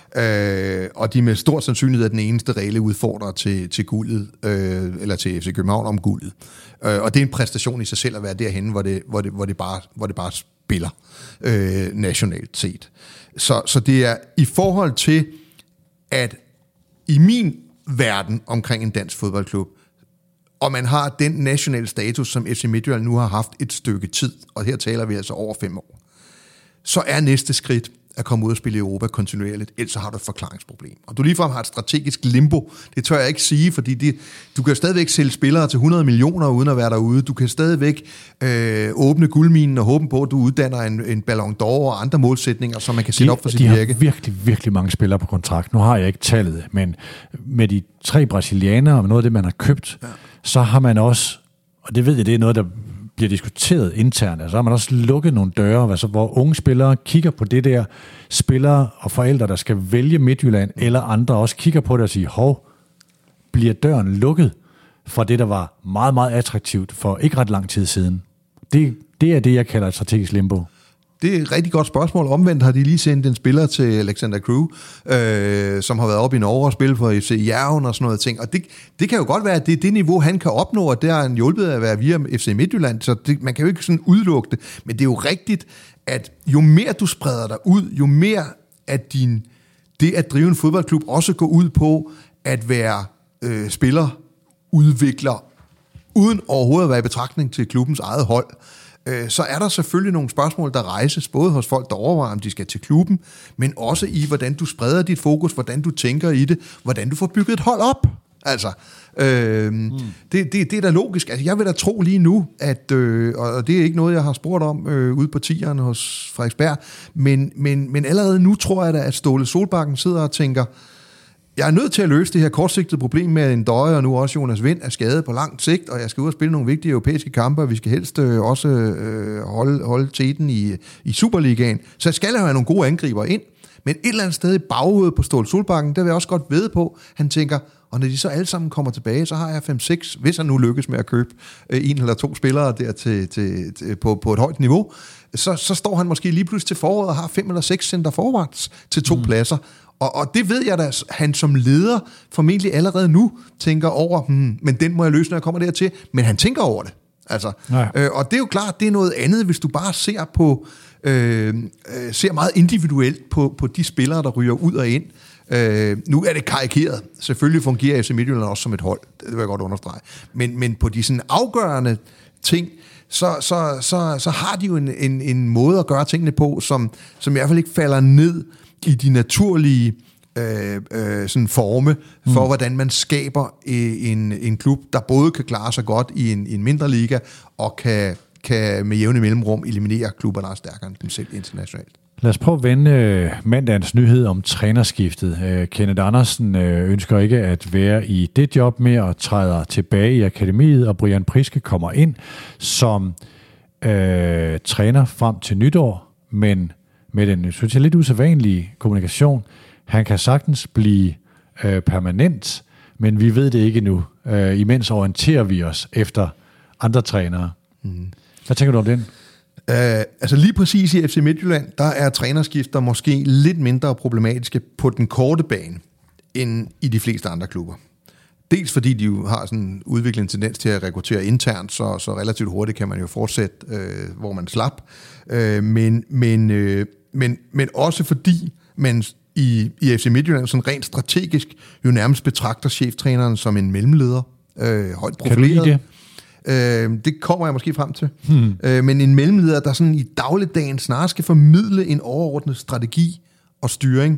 Og de med stor sandsynlighed er den eneste reelle udfordrer til guldet, eller til FC København om guldet. Og det er en præstation i sig selv at være derhenne, hvor det bare spiller nationalt set. Så det er i forhold til, at i min verden omkring en dansk fodboldklub, og man har den nationale status, som FC Midtjylland nu har haft et stykke tid, og her taler vi altså over 5 år, så er næste skridt at komme ud og spille i Europa kontinuerligt, ellers så har du et forklaringsproblem. Og du ligefrem har et strategisk limbo, det tør jeg ikke sige, fordi du kan stadigvæk sælge spillere til 100 millioner uden at være derude, du kan stadigvæk åbne guldminen og håbe på, at du uddanner en Ballon d'Or og andre målsætninger, som man kan sætte op for sit virke. De har virkelig, virkelig mange spillere på kontrakt. Nu har jeg ikke tallet, men med de 3 brasilianere og noget af det, man har købt, så har man også, og det ved jeg, det er noget, der bliver diskuteret internt, altså har man også lukket nogle døre, altså, hvor unge spillere kigger på det der, spillere og forældre, der skal vælge Midtjylland, eller andre også kigger på det og siger, hov, bliver døren lukket for det, der var meget, meget attraktivt for ikke ret lang tid siden? Det er det, jeg kalder et strategisk limbo. Det er et rigtig godt spørgsmål. Omvendt har de lige sendt en spiller til Alexander Krug, som har været oppe i Norge og spillet for FC Jærgen og sådan noget ting. Og det kan jo godt være, at det er det niveau, han kan opnå, og det er han hjulpet at være via FC Midtjylland, så man kan jo ikke sådan udelukke det. Men det er jo rigtigt, at jo mere du spreder dig ud, jo mere at det at drive en fodboldklub også går ud på at være spillerudvikler, uden overhovedet at være i betragtning til klubbens eget hold, så er der selvfølgelig nogle spørgsmål, der rejses, både hos folk, der overvejer, om de skal til klubben, men også i, hvordan du spreder dit fokus, hvordan du tænker i det, hvordan du får bygget et hold op. Altså, det er da logisk. Altså, jeg vil da tro lige nu, at, og det er ikke noget, jeg har spurgt om ude på tieren hos Frederiksberg, men allerede nu tror jeg da, at Ståle Solbakken sidder og tænker, jeg er nødt til at løse det her kortsigtede problem med en Døje, og nu også Jonas Vind er skadet på langt sigt, og jeg skal ud og spille nogle vigtige europæiske kampe, og vi skal helst også holde teten i Superligaen. Så jeg skal have nogle gode angriber ind, men et eller andet sted i baghovedet på Ståle Solbakken, der vil jeg også godt vide på, han tænker, og når de så alle sammen kommer tilbage, så har jeg 5-6, hvis han nu lykkes med at købe 1 eller 2 spillere der på et højt niveau, så står han måske lige pludselig til foråret og har 5 eller 6 center forwards til 2 pladser. Og det ved jeg da, han som leder formentlig allerede nu tænker over, men den må jeg løse, når jeg kommer dertil. Men han tænker over det. Altså, og det er jo klart, det er noget andet, hvis du bare ser på ser meget individuelt på de spillere, der ryger ud og ind. Nu er det karikeret. Selvfølgelig fungerer FC Midtjylland også som et hold. Det vil jeg godt understrege. Men på de sådan afgørende ting, så har de jo en måde at gøre tingene på, som i hvert fald ikke falder ned i de naturlige sådan forme for, hvordan man skaber en klub, der både kan klare sig godt i en mindre liga, og kan med jævne mellemrum eliminere klubber, der er stærkere end dem selv internationalt. Lad os prøve at vende mandagens nyhed om trænerskiftet. Kenneth Andersen ønsker ikke at være i det job mere og træder tilbage i akademiet, og Brian Priske kommer ind som træner frem til nytår, men med den, synes jeg, lidt usædvanlige kommunikation. Han kan sagtens blive permanent, men vi ved det ikke nu. Imens orienterer vi os efter andre trænere. Hvad tænker du om den? Altså lige præcis i FC Midtjylland, der er trænerskifter måske lidt mindre problematiske på den korte bane, end i de fleste andre klubber. Dels fordi de jo har sådan udviklet en tendens til at rekruttere internt, så relativt hurtigt kan man jo fortsætte, hvor man slap. Men også fordi man i FC Midtjylland sådan rent strategisk jo nærmest betragter cheftræneren som en mellemleder, højt profileret. Kan du lide det? Det kommer jeg måske frem til. Men en mellemleder, der sådan i dagligdagen snarere skal formidle en overordnet strategi og styring,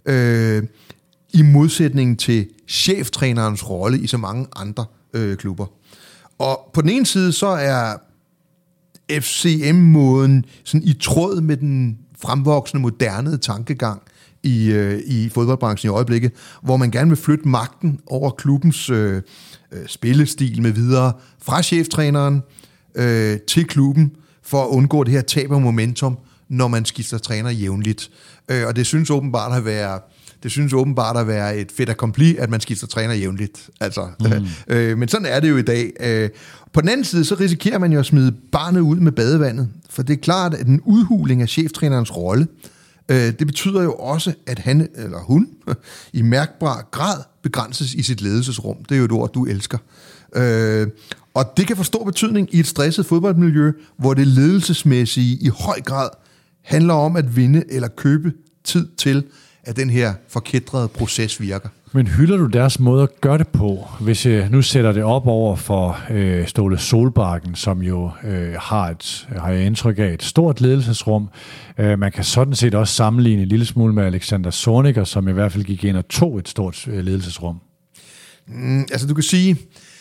i modsætning til cheftrænerens rolle i så mange andre klubber. Og på den ene side, så er FCM-måden sådan i tråd med den fremvoksende moderne tankegang i fodboldbranchen i øjeblikket, hvor man gerne vil flytte magten over klubbens spillestil med videre fra cheftræneren til klubben, for at undgå det her tab af momentum, når man skifter træner jævnligt. Og det synes åbenbart at være et fait accompli, at man skifter træner jævnligt. Altså, men sådan er det jo i dag. På den anden side, så risikerer man jo at smide barnet ud med badevandet, for det er klart, at en udhuling af cheftrænerens rolle, det betyder jo også, at han eller hun i mærkbar grad begrænses i sit ledelsesrum. Det er jo et ord, du elsker. Og det kan få stor betydning i et stresset fodboldmiljø, hvor det ledelsesmæssige i høj grad handler om at vinde eller købe tid til, at den her forkædrede proces virker. Men hylder du deres måde at gøre det på, hvis jeg nu sætter det op over for Ståle Solbakken, som jo har jeg indtryk af, et stort ledelsesrum. Man kan sådan set også sammenligne en lille smule med Alexander Zorniger, som i hvert fald gik ind og tog et stort ledelsesrum. Altså du kan sige,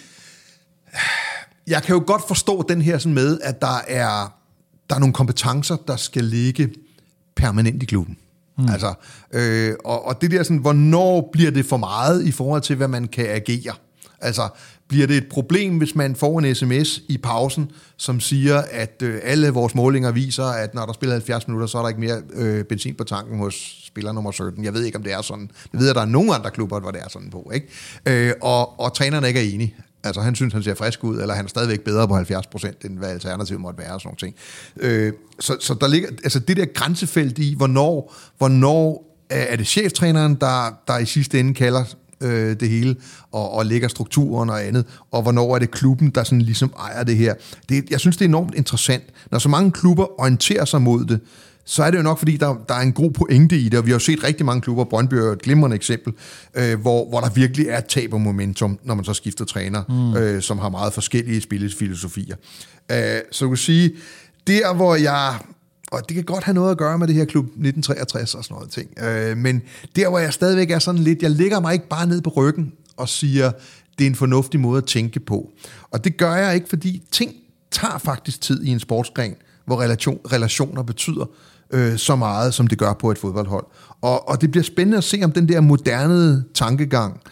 jeg kan jo godt forstå den her sådan med, at der er nogle kompetencer, der skal ligge permanent i klubben. Altså, og det der sådan, hvornår bliver det for meget i forhold til, hvad man kan agere? Altså, bliver det et problem, hvis man får en sms i pausen, som siger, at alle vores målinger viser, at når der spiller 70 minutter, så er der ikke mere benzin på tanken hos spiller nummer 17. Jeg ved ikke, om det er sådan. Jeg ved, at der er nogle andre klubber, hvor det er sådan på, ikke? Og træneren ikke er enig. Altså, han synes, han ser frisk ud, eller han er stadigvæk bedre på 70%, end hvad alternativet måtte være, og sådan nogle ting. Så der ligger, altså det der grænsefelt i, hvornår er det cheftræneren, der i sidste ende kalder det hele, og lægger strukturen og andet, og hvornår er det klubben, der sådan ligesom ejer det her. Jeg synes, det er enormt interessant. Når så mange klubber orienterer sig mod det, så er det jo nok, fordi der er en god pointe i det, og vi har jo set rigtig mange klubber, Brøndby er et glimrende eksempel, hvor der virkelig er tab og momentum, når man så skifter træner, som har meget forskellige spillefilosofier. Så du kan sige, der hvor jeg, og det kan godt have noget at gøre med det her klub 1963 og sådan noget ting, men der hvor jeg stadigvæk er sådan lidt, jeg lægger mig ikke bare ned på ryggen og siger, det er en fornuftig måde at tænke på. Og det gør jeg ikke, fordi ting tager faktisk tid i en sportsgren, hvor relationer betyder så meget, som det gør på et fodboldhold. Og det bliver spændende at se, om den der moderne tankegang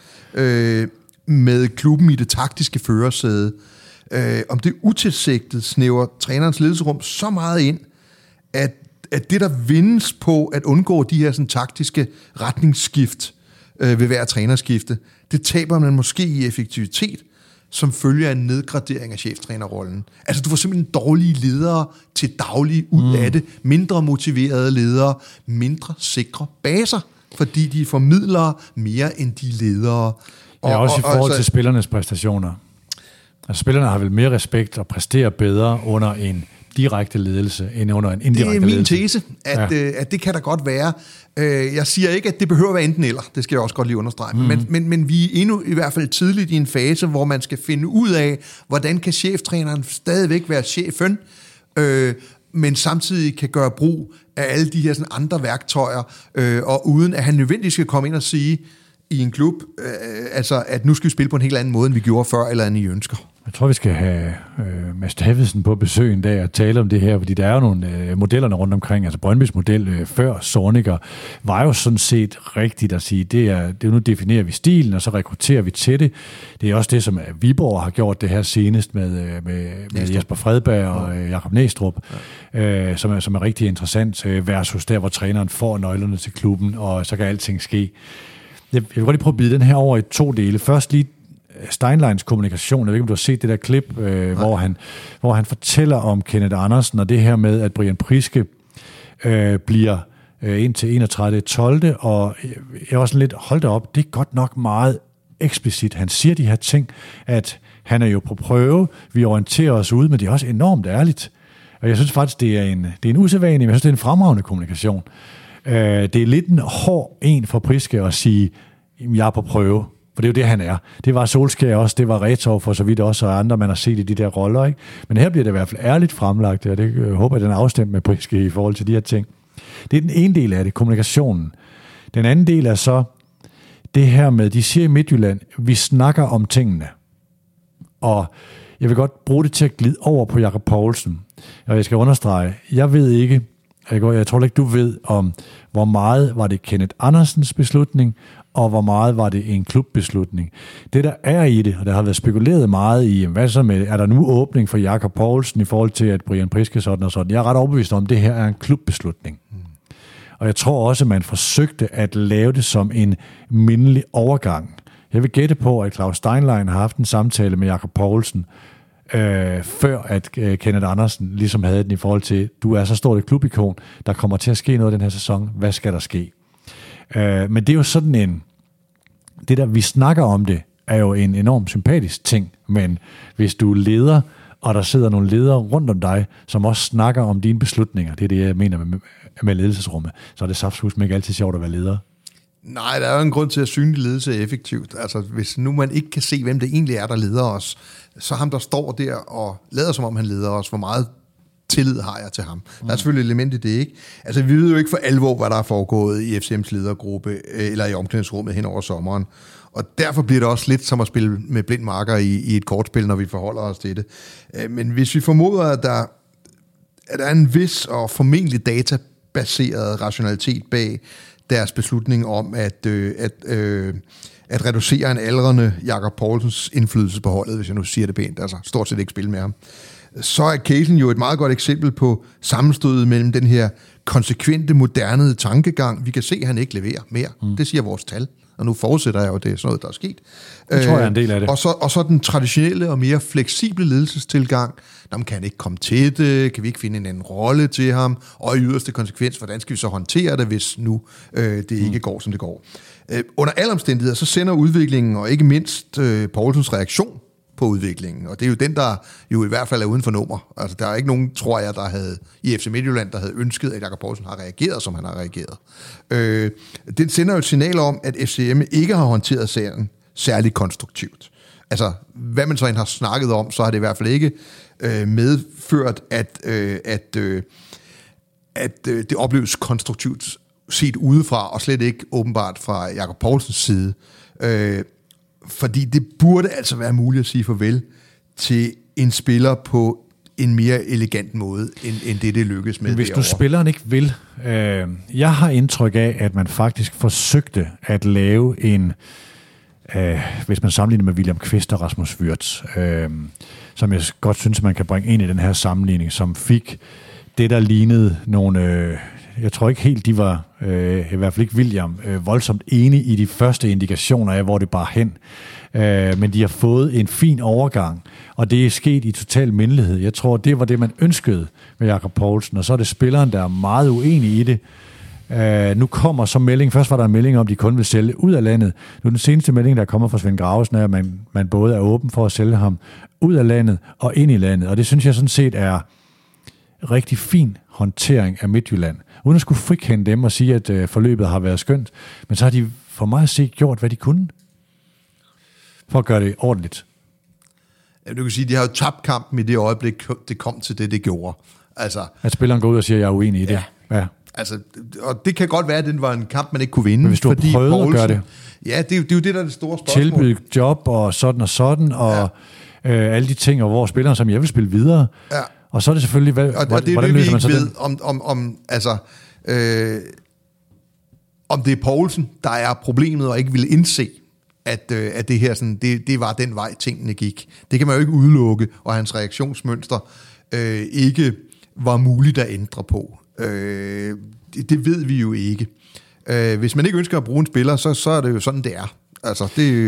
med klubben i det taktiske førersæde, om det utilsigtet snæver trænerens ledelsesrum så meget ind, at det, der vindes på at undgå de her sådan, taktiske retningsskift ved hver trænerskifte, det taber man måske i effektivitet, som følger af en nedgradering af cheftrænerrollen. Altså, du får simpelthen dårlige ledere til daglig ud af det, mindre motiverede ledere, mindre sikre baser, fordi de formidler mere end de ledere. Ja, også i forhold til spillernes præstationer. Altså, spillerne har vel mere respekt og præsterer bedre under en direkte ledelse, end under en indirekte ledelse. Det er min tese, at det kan da godt være. Jeg siger ikke, at det behøver at være enten eller. Det skal jeg også godt lige understrege. Men vi er endnu i hvert fald tidligt i en fase, hvor man skal finde ud af, hvordan kan cheftræneren stadigvæk være chefen, men samtidig kan gøre brug af alle de her sådan andre værktøjer, og uden at han nødvendigvis skal komme ind og sige i en klub, altså at nu skal vi spille på en helt anden måde, end vi gjorde før, eller end I ønsker. Jeg tror, vi skal have Mads Davidsen på besøg en dag og tale om det her, fordi der er jo nogle modellerne rundt omkring. Altså Brøndbys model før Zorniger var jo sådan set rigtigt at sige, det er nu definerer vi stilen, og så rekrutterer vi til det. Det er også det, som Viborg har gjort det her senest med Jesper Fredberg og Jakob Næstrup, som er rigtig interessant, versus der, hvor træneren får nøglerne til klubben, og så kan alting ske. Jeg vil godt lige prøve at bide den her over i 2 dele. Først lige Steinleins kommunikation. Jeg ved ikke, om du har set det der klip, hvor han fortæller om Kenneth Andersen, og det her med, at Brian Priske bliver indtil 31.12. Og jeg var sådan lidt, hold da op, det er godt nok meget eksplicit. Han siger de her ting, at han er jo på prøve, vi orienterer os ud, men det er også enormt ærligt. Og jeg synes faktisk, det er en usædvanlig, men jeg synes, det er en fremragende kommunikation. Det er lidt en hård en for Priske at sige, jeg er på prøve. For det er jo det, han er. Det var Solskjaer også, det var Retov for så vidt også, og andre, man har set i de der roller. Ikke? Men her bliver det i hvert fald ærligt fremlagt, og det håber jeg, den er afstemt med Priske i forhold til de her ting. Det er den ene del af det, kommunikationen. Den anden del er så det her med, de siger i Midtjylland, vi snakker om tingene. Og jeg vil godt bruge det til at glide over på Jakob Poulsen. Og jeg skal understrege, jeg ved ikke, jeg tror ikke, du ved om, hvor meget var det Kenneth Andersens beslutning, og hvor meget var det en klubbeslutning. Det, der er i det, og der har været spekuleret meget i, hvad så med, er der nu åbning for Jakob Poulsen i forhold til, at Brian Priske sådan og sådan. Jeg er ret overbevist om, at det her er en klubbeslutning. Og jeg tror også, at man forsøgte at lave det som en mindelig overgang. Jeg vil gætte på, at Claus Steinlein har haft en samtale med Jakob Poulsen, før at Kenneth Andersen ligesom havde den i forhold til, du er så stort et klubikon, der kommer til at ske noget den her sæson, hvad skal der ske? Men det er jo sådan det der, vi snakker om det, er jo en enormt sympatisk ting, men hvis du er leder, og der sidder nogle ledere rundt om dig, som også snakker om dine beslutninger, det er det, jeg mener med ledelsesrummet, så er det saftsusme ikke altid sjovt at være leder. Nej, der er jo en grund til at synlig ledelse er effektivt. Altså, hvis nu man ikke kan se, hvem det egentlig er, der leder os, så ham, der står der og lader som om han leder os, hvor meget tillid har jeg til ham. Der er selvfølgelig et element i det, ikke? Altså, vi ved jo ikke for alvor, hvad der er foregået i FCM's ledergruppe, eller i omklædningsrummet hen over sommeren. Og derfor bliver det også lidt som at spille med blind marker i et kortspil, når vi forholder os til det. Men hvis vi formoder, at der er en vis og formentlig databaseret rationalitet bag deres beslutning om at reducere en aldrende Jakob Poulsens indflydelse på holdet, hvis jeg nu siger det pænt, altså stort set ikke spille med ham, så er casen jo et meget godt eksempel på sammenstødet mellem den her konsekvente, moderne tankegang. Vi kan se, at han ikke leverer mere. Det siger vores tal. Og nu forudsætter jeg jo, at det er sådan noget, der er sket. Det tror jeg er en del af det. Og så den traditionelle og mere fleksible ledelsestilgang. Kan han ikke komme til det? Kan vi ikke finde en anden rolle til ham? Og i yderste konsekvens, hvordan skal vi så håndtere det, hvis nu det ikke går, som det går? Under alle omstændigheder, så sender udviklingen, og ikke mindst Poulsens reaktion på udviklingen, og det er jo den, der jo i hvert fald er uden for nummer. Altså, der er ikke nogen, tror jeg, der havde i FC Midtjylland, der havde ønsket, at Jakob Poulsen har reageret, som han har reageret. Det sender jo et signal om, at FCM ikke har håndteret sagen særligt konstruktivt. Altså, hvad man så end har snakket om, så har det i hvert fald ikke medført, at det opleves konstruktivt set udefra, og slet ikke åbenbart fra Jakob Poulsens side. Fordi det burde altså være muligt at sige farvel til en spiller på en mere elegant måde, end det lykkes med. Hvis nu spilleren ikke vil. Jeg har indtryk af, at man faktisk forsøgte at lave en, hvis man sammenligner med William Kvist og Rasmus Wirtz, som jeg godt synes, man kan bringe ind i den her sammenligning, som fik det, der lignede nogle... Jeg tror ikke helt, de var, i hvert fald ikke William, voldsomt enige i de første indikationer af, hvor det bar hen. Men de har fået en fin overgang, og det er sket i total mindelighed. Jeg tror, det var det, man ønskede med Jakob Poulsen, og så er det spilleren, der er meget uenig i det. Nu kommer så melding. Først var der en melding om, at de kun vil sælge ud af landet. Nu den seneste melding, der kommer fra Svend Gravesen, er, at man både er åben for at sælge ham ud af landet og ind i landet. Og det synes jeg sådan set er rigtig fin håndtering af Midtjylland. Uden at skulle frikende dem og sige, at forløbet har været skønt. Men så har de for mig at se gjort, hvad de kunne. For at gøre det ordentligt. Ja, du kan sige, at de har jo tabt kampen i det øjeblik, det kom til det gjorde. Altså, at spilleren går ud og siger, at jeg er uenig i det. Ja. Altså, og det kan godt være, at det var en kamp, man ikke kunne vinde. Men hvis du har prøvet Poulsen, at gøre det. Ja, det er jo det, der er det store spørgsmål. Tilbyde job og sådan, og alle de ting, og hvor spilleren, som jeg vil spille videre. Ja. Og så er det selvfølgelig, og det er det, vi ikke ved, om det er Poulsen, der er problemet, og ikke vil indse, at det her sådan, det var den vej, tingene gik. Det kan man jo ikke udelukke, og hans reaktionsmønster ikke var muligt at ændre på. Det ved vi jo ikke. Hvis man ikke ønsker at bruge en spiller, så er det jo sådan, det er. Altså,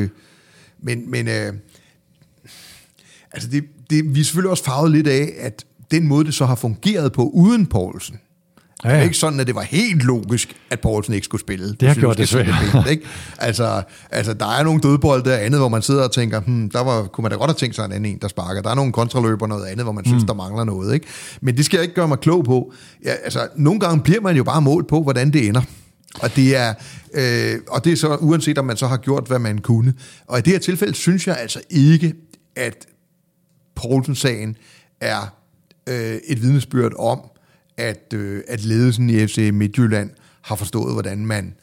altså vi er selvfølgelig også farvet lidt af, at den måde, det så har fungeret på uden Poulsen, Ja. Det er ikke sådan, at det var helt logisk, at Poulsen ikke skulle spille. Det har gjort det svært. Ikke? Altså, der er nogle dødbold der andet, hvor man sidder og tænker, kunne man da godt have tænkt sig en anden en, der sparker. Der er nogle kontraløber og noget andet, hvor man synes, der mangler noget. Ikke? Men det skal jeg ikke gøre mig klog på. Ja, altså, nogle gange bliver man jo bare målt på, hvordan det ender. Og det er så uanset, om man så har gjort, hvad man kunne. Og i det her tilfælde synes jeg altså ikke, at Poulsen-sagen er et vidnesbyrd om, at ledelsen i FC Midtjylland har forstået, hvordan man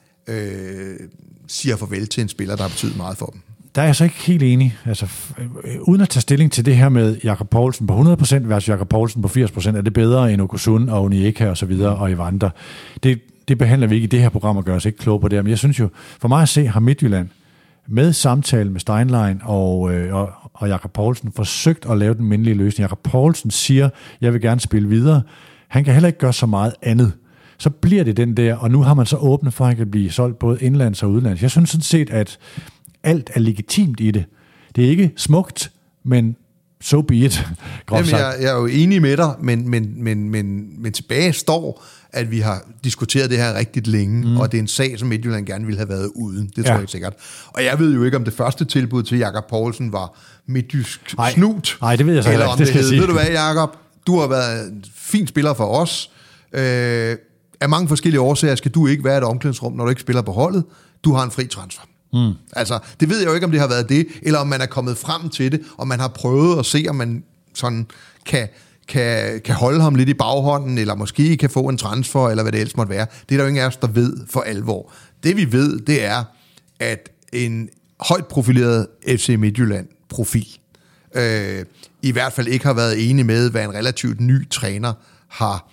siger farvel til en spiller, der har betydet meget for dem. Der er jeg så ikke helt enig. Altså, uden at tage stilling til det her med Jakob Poulsen på 100% versus Jakob Poulsen på 80%, er det bedre end Okusun og Onyeka og så videre og Evander. Det behandler vi ikke i det her program og gør os ikke kloge på det. Men jeg synes jo, for mig at se, har Midtjylland med samtale med Steinlein og Jakob Poulsen forsøgt at lave den mindelige løsning. Jakob Poulsen siger, jeg vil gerne spille videre. Han kan heller ikke gøre så meget andet. Så bliver det den der, og nu har man så åbnet for, at han kan blive solgt både indlands og udlands. Jeg synes sådan set, at alt er legitimt i det. Det er ikke men so be it. Jamen, jeg er jo enig med dig, men tilbage står, at vi har diskuteret det her rigtig længe, og det er en sag, som Midtjylland gerne ville have været uden. Det tror jeg ikke sikkert. Og jeg ved jo ikke, om det første tilbud til Jakob Poulsen var midtjysk snut. Nej, det ved jeg så eller om det hed, ved du hvad, Jakob? Du har været en fin spiller for os. Af mange forskellige årsager skal du ikke være i et omklædningsrum, når du ikke spiller på holdet. Du har en fri transfer. Altså, det ved jeg jo ikke, om det har været det, eller om man er kommet frem til det, og man har prøvet at se, om man sådan kan holde ham lidt i baghånden, eller måske kan få en transfer, eller hvad det ellers måtte være. Det er der jo ingen af os, der ved for alvor. Det vi ved, det er, at en højt profileret FC Midtjylland-profil i hvert fald ikke har været enig med, hvad en relativt ny træner har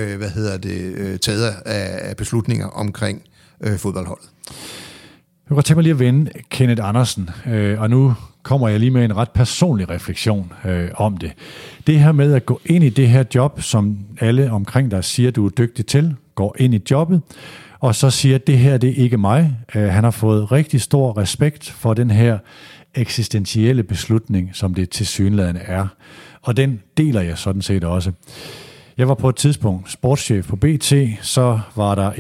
taget af beslutninger omkring fodboldholdet. Jeg kan tænke mig lige at vende Kenneth Andersen, og nu kommer jeg lige med en ret personlig refleksion om det. Det her med at gå ind i det her job, som alle omkring dig siger, du er dygtig til, går ind i jobbet, og så siger, at det her, det er ikke mig. Han har fået rigtig stor respekt for den her eksistentielle beslutning, som det tilsyneladende er. Og den deler jeg sådan set også. Jeg var på et tidspunkt sportschef på BT, så var der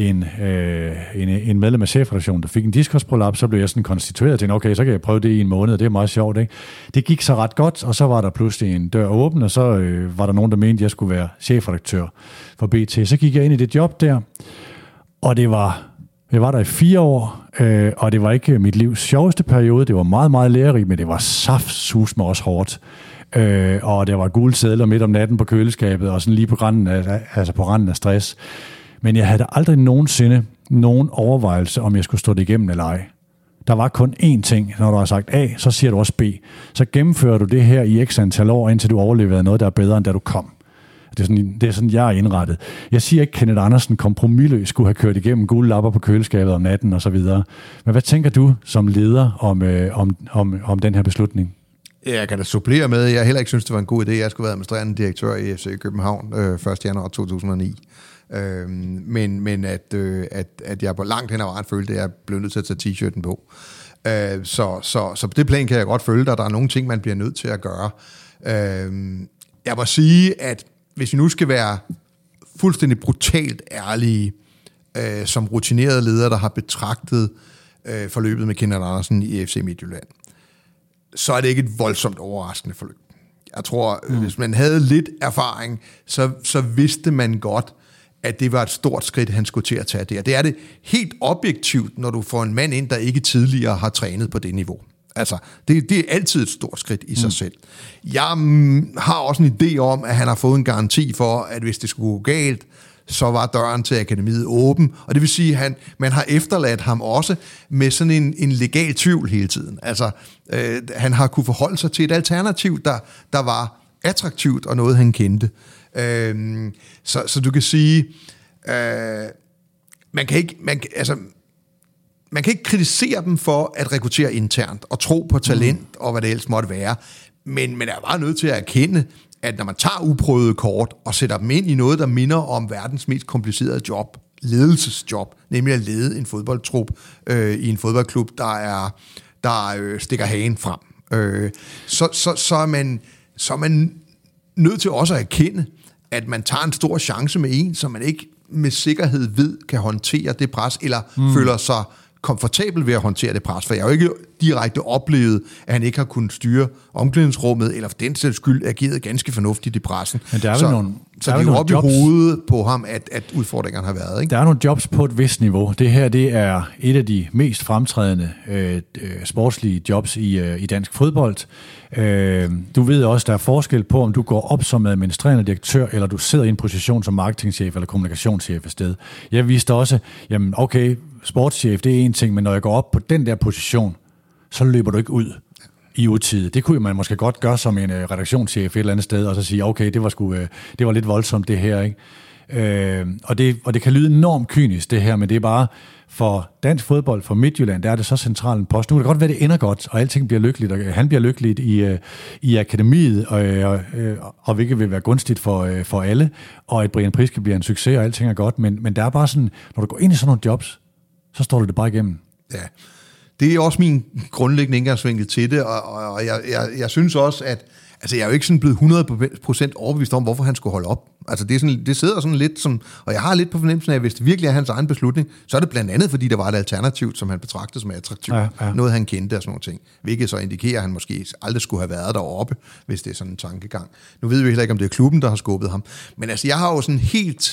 en medlem af chefredaktionen, der fik en diskusprolaps, så blev jeg sådan konstitueret til, okay, så kan jeg prøve det i en måned, og det er meget sjovt, ikke? Det gik så ret godt, og så var der pludselig en dør åben, og så var der nogen, der mente, at jeg skulle være chefredaktør for BT. Så gik jeg ind i det job der, og jeg var der i 4 år, og det var ikke mit livs sjoveste periode, det var meget, meget lærerigt, men det var saftsus med også hårdt. Og der var gule sedler midt om natten på køleskabet, og sådan lige på randen af stress. Men jeg havde aldrig nogensinde nogen overvejelse, om jeg skulle stå det igennem eller ej. Der var kun én ting, når du har sagt A, så siger du også B. Så gennemfører du det her i x antal år, indtil du overlever noget, der er bedre, end da du kom. Det er sådan, jeg er indrettet. Jeg siger ikke, at Kenneth Andersen kompromisløs skulle have kørt igennem gule lapper på køleskabet om natten og så videre. Men hvad tænker du som leder om den her beslutning? Jeg kan da supplere med, jeg heller ikke synes, det var en god idé. Jeg skulle være administrerende direktør i FC København 1. januar 2009. Men at jeg på langt hen ad vejen følte, at jeg blev nødt til at tage t-shirten på. Så på det plan kan jeg godt føle, at der er nogle ting, man bliver nødt til at gøre. Jeg må sige, at hvis vi nu skal være fuldstændig brutalt ærlige, som rutinerede ledere, der har betragtet forløbet med Kenneth Andersen i FC Midtjylland, så er det ikke et voldsomt overraskende forløb. Jeg tror, hvis man havde lidt erfaring, så vidste man godt, at det var et stort skridt, han skulle til at tage der. Det er det helt objektivt, når du får en mand ind, der ikke tidligere har trænet på det niveau. Altså, det er altid et stort skridt i sig selv. Jeg har også en idé om, at han har fået en garanti for, at hvis det skulle gå galt, så var døren til akademiet åben, og det vil sige, at man har efterladt ham også med sådan en legal tvivl hele tiden. Altså, han har kunne forholde sig til et alternativ, der var attraktivt og noget, han kendte. Så du kan sige, man kan ikke kritisere dem for at rekruttere internt og tro på talent og hvad det ellers måtte være, men man er bare nødt til at erkende, at når man tager uprøvede kort og sætter dem ind i noget, der minder om verdens mest komplicerede job, ledelsesjob, nemlig at lede en fodboldtrup i en fodboldklub, der stikker hagen frem, så er man nødt til også at erkende, at man tager en stor chance med en, som man ikke med sikkerhed ved, kan håndtere det pres, eller føler sig komfortabel ved at håndtere det pres, for jeg har jo ikke direkte oplevet, at han ikke har kunnet styre omklædningsrummet, eller for den sags skyld ageret ganske fornuftigt i pressen. Men der er vel nogle, så det er jo oppe i hovedet på ham, at udfordringerne har været. Ikke? Der er nogle jobs på et vist niveau. Det her, det er et af de mest fremtrædende sportslige jobs i dansk fodbold. Du ved også, der er forskel på, om du går op som administrerende direktør, eller du sidder i en position som marketingchef eller kommunikationschef et sted. Jeg vidste også, jamen okay, sportschef, det er en ting, men når jeg går op på den der position, så løber du ikke ud i utide. Det kunne man måske godt gøre som en redaktionschef et eller andet sted, og så sige, okay, det var lidt voldsomt det her, ikke? Og det kan lyde enormt kynisk det her, men det er bare for dansk fodbold, for Midtjylland, der er det så central en post. Nu kan det godt være, det ender godt, og alting bliver lykkeligt, og han bliver lykkeligt i akademiet, og hvilket vil være gunstigt for alle, og at Brian Priske bliver en succes, og alting er godt, men der er bare sådan, når du går ind i sådan nogle jobs, så står du det bare igennem. Ja, det er også min grundlæggende indgangsvinkel til det, og jeg synes også, at altså, jeg er jo ikke sådan blevet 100% overbevist om, hvorfor han skulle holde op. Altså, det sidder sådan lidt som, og jeg har lidt på fornemmelsen af, at hvis det virkelig er hans egen beslutning, så er det blandt andet, fordi der var et alternativ, som han betragtede som attraktivt. Ja. Noget, han kendte og sådan nogle ting. Hvilket så indikerer, at han måske aldrig skulle have været deroppe, hvis det er sådan en tankegang. Nu ved vi heller ikke, om det er klubben, der har skubbet ham. Men altså, jeg har jo sådan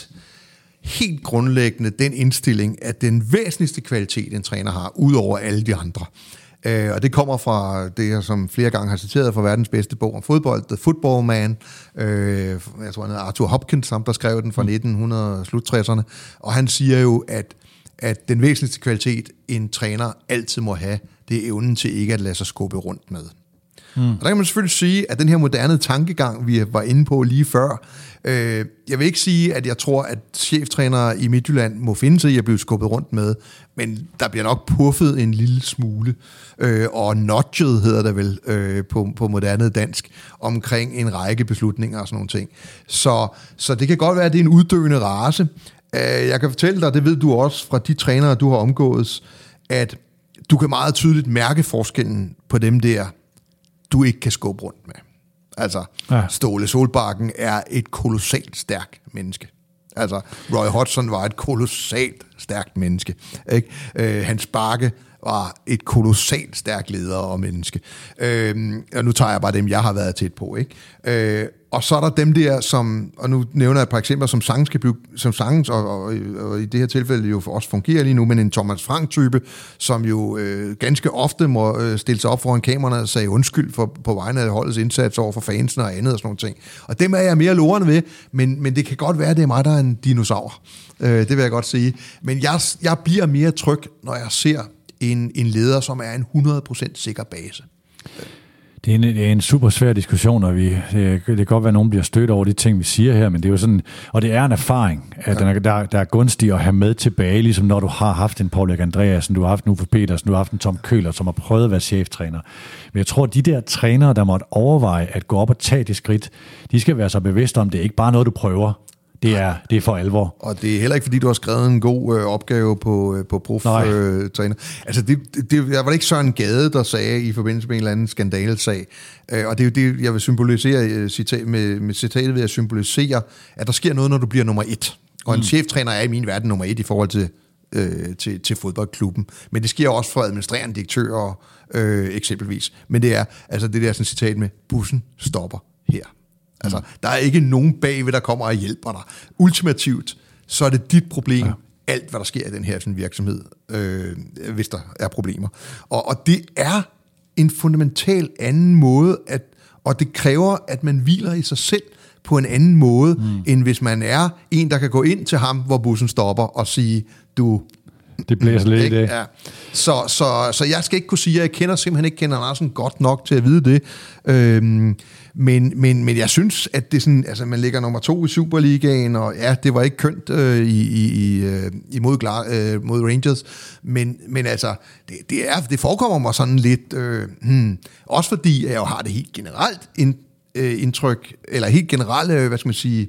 helt grundlæggende den indstilling, at den væsentligste kvalitet, en træner har, ud over alle de andre. Og det kommer fra det, jeg som flere gange har citeret fra verdens bedste bog om fodbold, The Football Man. Jeg tror, han hedder Arthur Hopkins, der skrev den fra 1960'erne. Og han siger jo, at den væsentligste kvalitet, en træner altid må have, det er evnen til ikke at lade sig skubbe rundt med. Og der kan man selvfølgelig sige, at den her moderne tankegang, vi var inde på lige før, jeg vil ikke sige, at jeg tror, at cheftrænere i Midtjylland må finde sig i at blive skubbet rundt med, men der bliver nok puffet en lille smule, og nudget hedder det vel på moderne dansk, omkring en række beslutninger og sådan nogle ting. Så det kan godt være, at det er en uddøende race. Jeg kan fortælle dig, det ved du også fra de trænere, du har omgået, at du kan meget tydeligt mærke forskellen på dem der, du ikke kan skubbe rundt med. Altså, ja. Ståle Solbakken er et kolossalt stærkt menneske. Altså, Roy Hodgson var et kolossalt stærkt menneske. Ikke? Hans Bakke var et kolossalt stærkt leder og menneske. Og nu tager jeg bare dem, jeg har været tæt på. Ikke? Og så er der dem der, som, og nu nævner jeg et par eksempler, som Sangens, og i det her tilfælde jo også fungerer lige nu, men en Thomas Frank-type, som jo ganske ofte må stille sig op foran kameraerne og sige undskyld på vegne af holdets indsats over for fansene og andet og sådan nogle ting. Og dem er jeg mere lorende ved, men det kan godt være, at det er mig, der er en dinosaur. Det vil jeg godt sige. Men jeg bliver mere tryg, når jeg ser en leder, som er en 100% sikker base. Det er en super svær diskussion, og det kan godt være, at nogen bliver stødt over de ting, vi siger her, men det er jo sådan, og det er en erfaring, at der er gunstig at have med tilbage, ligesom når du har haft en Paul Erik Andreasen, du har haft en Uffe Petersen, du har haft en Tom Køhler, som har prøvet at være cheftræner. Men jeg tror, at de der trænere, der måtte overveje at gå op og tage det skridt, de skal være så bevidste om, det er ikke bare noget, du prøver. Det er for alvor. Og det er heller ikke, fordi du har skrevet en god opgave på prof-træner. Altså, det var ikke Søren Gade, der sagde i forbindelse med en eller anden skandalesag. Og det er jo det, jeg vil symbolisere med citatet ved at symbolisere, at der sker noget, når du bliver nummer 1. Og en cheftræner er i min verden nummer 1 i forhold til fodboldklubben. Men det sker også for administrerende direktører eksempelvis. Men det er altså det der sådan citat med, bussen stopper her. Altså, der er ikke nogen bagved, der kommer og hjælper dig. Ultimativt, så er det dit problem, alt hvad der sker i den her sådan, virksomhed, hvis der er problemer. Og det er en fundamental anden måde, og det kræver, at man hviler i sig selv på en anden måde, end hvis man er en, der kan gå ind til ham, hvor bussen stopper, og sige, du... Det blæser lidt i det. Ja. Så jeg skal ikke kunne sige, at jeg simpelthen ikke kender Andersen godt nok til at vide det. Men jeg synes, at det sådan, altså man ligger nummer 2 i Superligaen, og ja, det var ikke kønt mod Rangers, men altså, det forekommer mig sådan lidt, også fordi jeg jo har det helt generelt indtryk, eller helt generelle, hvad skal man sige,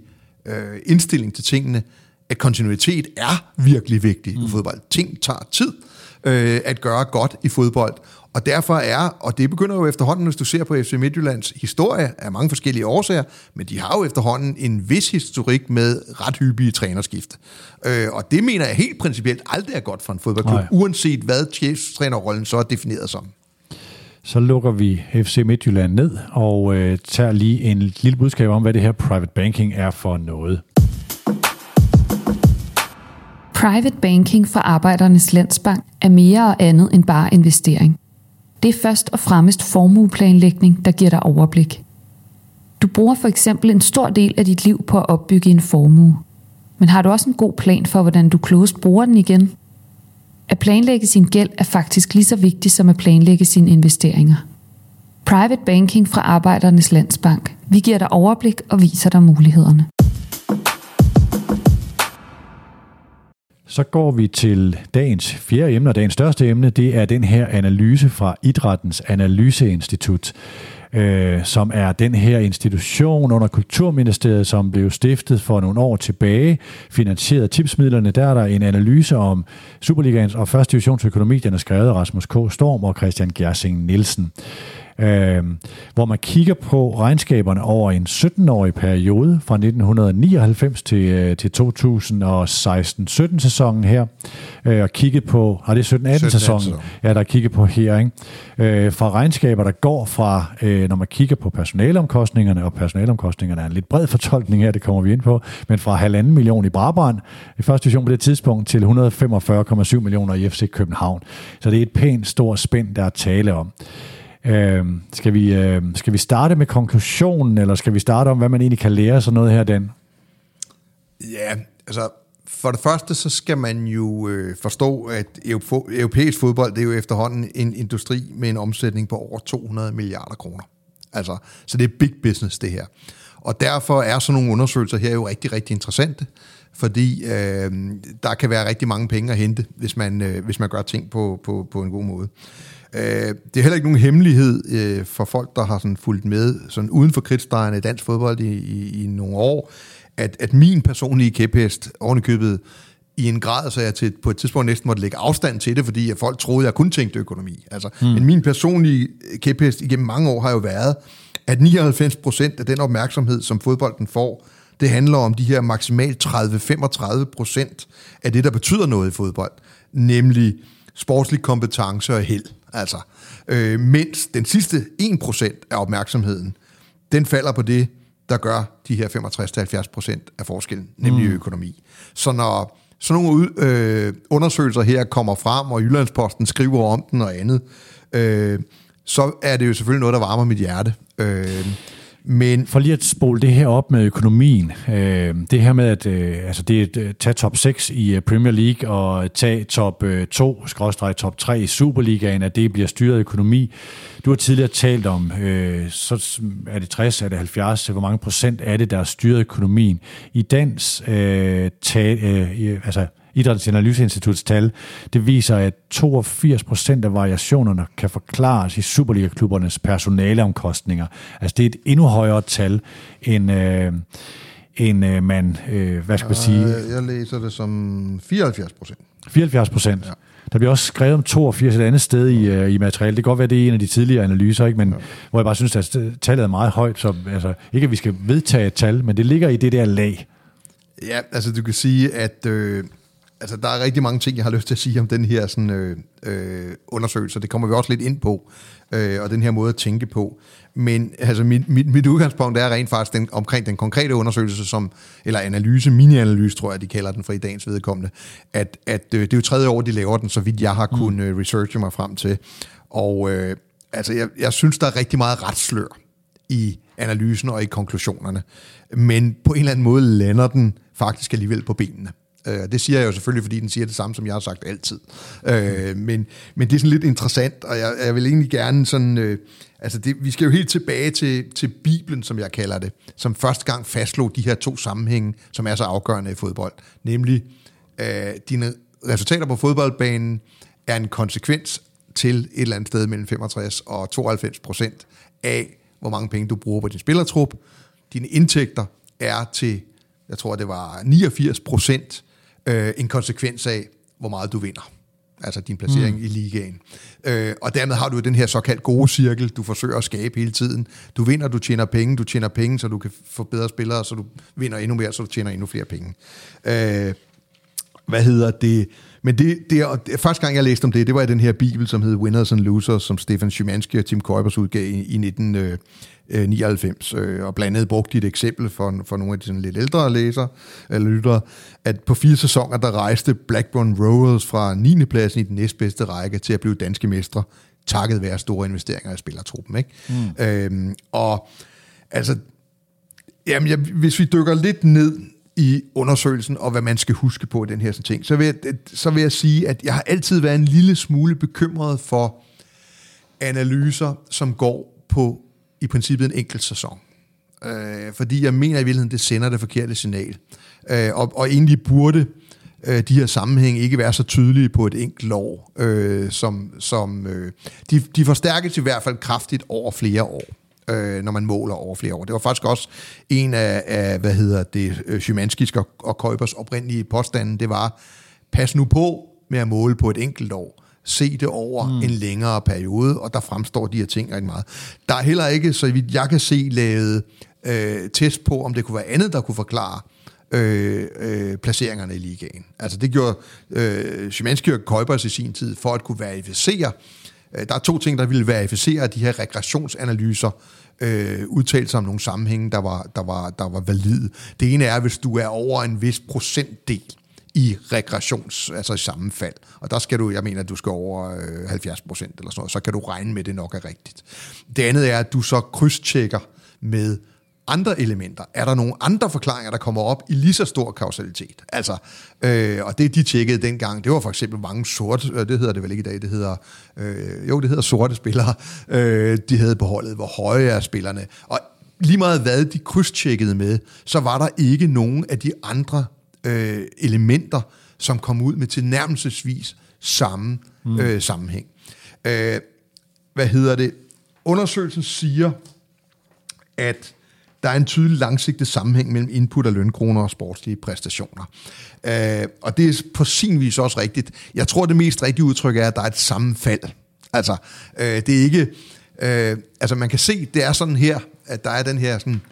indstilling til tingene, at kontinuitet er virkelig vigtig i fodbold. Ting tager tid, at gøre godt i fodbold. Og derfor og det begynder jo efterhånden, hvis du ser på FC Midtjyllands historie, af mange forskellige årsager, men de har jo efterhånden en vis historik med ret hyppige trænerskifte. Og det mener jeg helt principielt aldrig er godt for en fodboldklub, uanset hvad cheftrænerrollen så er defineret som. Så lukker vi FC Midtjylland ned og tager lige en lille budskab om, hvad det her private banking er for noget. Private banking fra Arbejdernes Landsbank er mere og andet end bare investering. Det er først og fremmest formueplanlægning, der giver dig overblik. Du bruger for eksempel en stor del af dit liv på at opbygge en formue. Men har du også en god plan for, hvordan du klogest bruger den igen? At planlægge sin gæld er faktisk lige så vigtigt som at planlægge sine investeringer. Private banking fra Arbejdernes Landsbank. Vi giver dig overblik og viser dig mulighederne. Så går vi til dagens fjerde emne, og dagens største emne, det er den her analyse fra Idrættens Analyseinstitut, som er den her institution under Kulturministeriet, som blev stiftet for nogle år tilbage, finansieret af tipsmidlerne. Der er der en analyse om Superligaens og første divisionsøkonomi, den er skrevet af Rasmus K. Storm og Christian Gersing Nielsen. Hvor man kigger på regnskaberne over en 17-årig periode fra 1999 til 2016-17 sæsonen her, og kigget på, det er 17-18 sæsonen, ja, der er kigget på her, ikke? Fra regnskaber, der går fra, når man kigger på personaleomkostningerne, og personaleomkostningerne er en lidt bred fortolkning her, det kommer vi ind på, men fra 1,5 million i Brabrand, i første division på det tidspunkt, til 145,7 millioner i FC København. Så det er et pænt stort spænd, der er tale om. Skal vi starte med konklusionen, eller skal vi starte om, hvad man egentlig kan lære sådan noget her, Dan? Ja, altså for det første, så skal man jo forstå, at europæisk fodbold, det er jo efterhånden en industri med en omsætning på over 200 milliarder kroner. Altså, så det er big business, det her. Og derfor er sådan nogle undersøgelser her jo rigtig, rigtig interessante, fordi der kan være rigtig mange penge at hente, hvis man gør ting på en god måde. Det er heller ikke nogen hemmelighed for folk, der har sådan fulgt med sådan uden for kridtstregerne i dansk fodbold i nogle år, at min personlige kæphest ovenikøbet i en grad, så jeg på et tidspunkt næsten måtte lægge afstand til det, fordi at folk troede, jeg kun tænkte økonomi. Altså, men min personlige kæphest igennem mange år har jo været, at 99% af den opmærksomhed, som fodbolden får, det handler om de her maksimalt 30-35% af det, der betyder noget i fodbold, nemlig sportslig kompetence og held. Altså, mens den sidste 1% af opmærksomheden, den falder på det, der gør de her 65-70% af forskellen, nemlig økonomi. Så når sådan nogle undersøgelser her kommer frem, og Jyllandsposten skriver om den og andet, så er det jo selvfølgelig noget, der varmer mit hjerte. Men for lige at spole det her op med økonomien, det her med, at det er tage top 6 i Premier League og tage top 2/top 3 i Superligaen, at det bliver styret økonomi. Du har tidligere talt om, så er det 60, er det 70, hvor mange procent er det, der er styret økonomien. I dans, Idrættens Analyseinstituts tal, det viser, at 82% af variationerne kan forklares i Superliga-klubbernes personaleomkostninger. Altså det er et endnu højere tal, end man, hvad skal man sige? Jeg læser det som 74%. 74%? Ja. Der bliver også skrevet om 82 et andet sted i materialet. Det kan godt være, det er en af de tidligere analyser, ikke? Men hvor jeg bare synes, at tallet er meget højt. Så, altså, ikke at vi skal vedtage et tal, men det ligger i det der lag. Ja, altså du kan sige, at der er rigtig mange ting, jeg har lyst til at sige om den her sådan, undersøgelse. Det kommer vi også lidt ind på, og den her måde at tænke på. Men altså, mit udgangspunkt er rent faktisk omkring den konkrete undersøgelse, eller analyse, mini-analyse, tror jeg, de kalder den for i dagens vedkommende, at det er jo 3. år, de laver den, så vidt jeg har kunnet researche mig frem til. Og jeg synes, der er rigtig meget retslør i analysen og i konklusionerne. Men på en eller anden måde lander den faktisk alligevel på benene. Det siger jeg jo selvfølgelig, fordi den siger det samme, som jeg har sagt altid. Men det er sådan lidt interessant, og jeg vil egentlig gerne sådan... vi skal jo helt tilbage til Bibelen, som jeg kalder det, som første gang fastslog de her 2 sammenhænge, som er så afgørende i fodbold. Nemlig, dine resultater på fodboldbanen er en konsekvens til et eller andet sted mellem 65 og 92% af, hvor mange penge du bruger på din spillertrup. Dine indtægter er til, jeg tror det var 89%, en konsekvens af, hvor meget du vinder. altså din placering i ligaen. Og dermed har du den her såkaldt gode cirkel, du forsøger at skabe hele tiden. Du vinder, du tjener penge, så du kan få bedre spillere, så du vinder endnu mere, så du tjener endnu flere penge. Men første gang jeg læste om det var i den her bibel, som hed Winners and Losers, som Stefan Szymanski og Tim Kuipers udgav i 1999, og blandt andet brugte de et eksempel for nogle af de sådan lidt ældre læsere, eller lyttere, at på 4 sæsoner, der rejste Blackburn Rovers fra 9. pladsen i den næstbedste række til at blive danske mestre, takket være store investeringer i spillertruppen, ikke? Og altså, hvis vi dykker lidt ned i undersøgelsen, og hvad man skal huske på i den her ting, så vil jeg sige, at jeg har altid været en lille smule bekymret for analyser, som går på i princippet en enkelt sæson. Fordi jeg mener i virkeligheden, det sender det forkerte signal. Og egentlig burde de her sammenhæng ikke være så tydelige på et enkelt år, de forstærkes i hvert fald kraftigt over flere år, når man måler over flere år. Det var faktisk også en af Szymanskis og Kuipers oprindelige påstanden, det var, pas nu på med at måle på et enkelt år. Se det over en længere periode, og der fremstår de her ting rigtig meget. Der er heller ikke, så vidt jeg kan se, lavet test på, om det kunne være andet, der kunne forklare placeringerne i ligaen. Altså det gjorde Szymanski og Kuipers i sin tid, for at kunne verificere. Der er 2 ting, der ville verificere de her regressionsanalyser, udtalelser om nogle sammenhænge, der var valide. Det ene er, hvis du er over en vis procentdel i altså i sammenfald. Og der skal du, jeg mener, at du skal over 70% eller sådan noget, så kan du regne med, det nok er rigtigt. Det andet er, at du så krydstjekker med andre elementer. Er der nogle andre forklaringer, der kommer op i lige så stor kausalitet? Altså, og det de tjekkede dengang, det var for eksempel mange sorte, det hedder det vel ikke i dag, det hedder sorte spillere, de havde på holdet, hvor høje er spillerne. Og lige meget hvad de krydstjekkede med, så var der ikke nogen af de andre elementer, som kom ud med tilnærmelsesvis samme sammenhæng. Undersøgelsen siger, at der er en tydelig langsigtet sammenhæng mellem input af lønkroner og sportslige præstationer. Og det er på sin vis også rigtigt. Jeg tror, det mest rigtige udtryk er, at der er et sammenfald. Altså, det er ikke... man kan se, det er sådan her, at der er den her sådan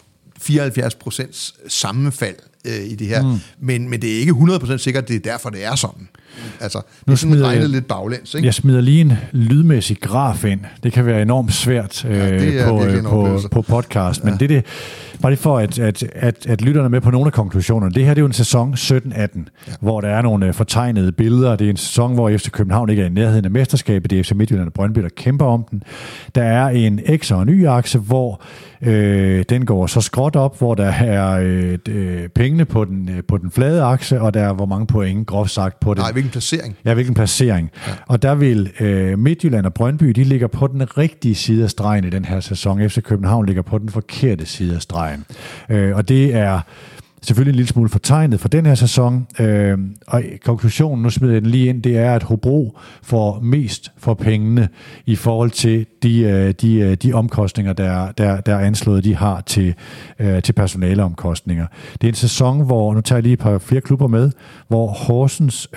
74% sammenfald i det her. Men det er ikke 100% sikkert, at det er derfor, det er sådan. Altså, det er sådan regnet lidt baglæns, ikke? Jeg smider lige en lydmæssig graf ind. Det kan være enormt svært på podcast, men det bare lige for at lytterne er med på nogle af konklusionerne. Det her det er jo en sæson 17-18, hvor der er nogle fortegnede billeder. Det er en sæson, hvor FC København ikke er i nærheden af mesterskabet. Det er FC Midtjylland og Brøndby, der kæmper om den. Der er en X- og en Y-akse, hvor den går så skråt op, hvor der er pengene på den flade akse, og der er hvor mange point, groft sagt, på den. Nej, hvilken placering. Ja, hvilken placering. Ja. Og der vil Midtjylland og Brøndby, de ligger på den rigtige side af stregen i den her sæson. FC København ligger på den forkerte side af stregen. Og det er selvfølgelig en lille smule fortegnet for den her sæson. Og konklusionen, nu smider jeg den lige ind, det er, at Hobro får mest for pengene i forhold til de omkostninger, der er anslået, de har til personaleomkostninger. Det er en sæson, hvor, nu tager jeg lige et par flere klubber med, hvor Horsens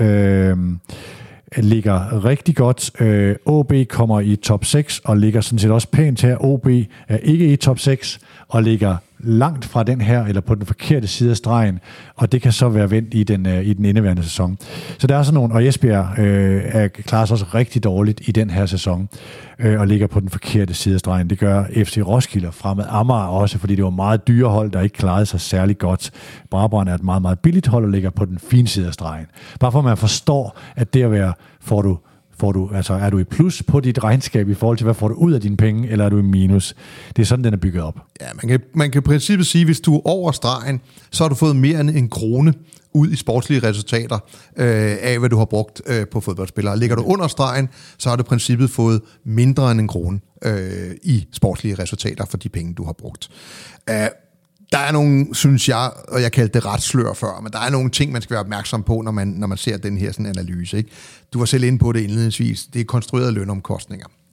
ligger rigtig godt. OB kommer i top 6 og ligger sådan set også pænt her. OB er ikke i top 6 og ligger langt fra den her, eller på den forkerte side af stregen, og det kan så være vendt i den indeværende sæson. Så der er sådan nogle, og Esbjerg klarer sig også rigtig dårligt i den her sæson, og ligger på den forkerte side af stregen. Det gør FC Roskilde og Fremad Amager også, fordi det var meget dyre hold, der ikke klarede sig særlig godt. Brabrand er et meget, meget billigt hold, og ligger på den fine side af stregen. Bare for at man forstår, at det at være, er du i plus på dit regnskab i forhold til, hvad får du ud af dine penge, eller er du i minus? Det er sådan, den er bygget op. Ja, man kan i princippet sige, at hvis du er over stregen, så har du fået mere end en krone ud i sportslige resultater af, hvad du har brugt på fodboldspillere. Ligger du under stregen, så har du i princippet fået mindre end en krone i sportslige resultater for de penge, du har brugt. Der er nogle, synes jeg, og jeg kaldte det retslør før, men der er nogle ting, man skal være opmærksom på, når man ser den her sådan analyse. Ikke? Du var selv inde på det indledningsvis. Det er konstruerede lønomkostninger.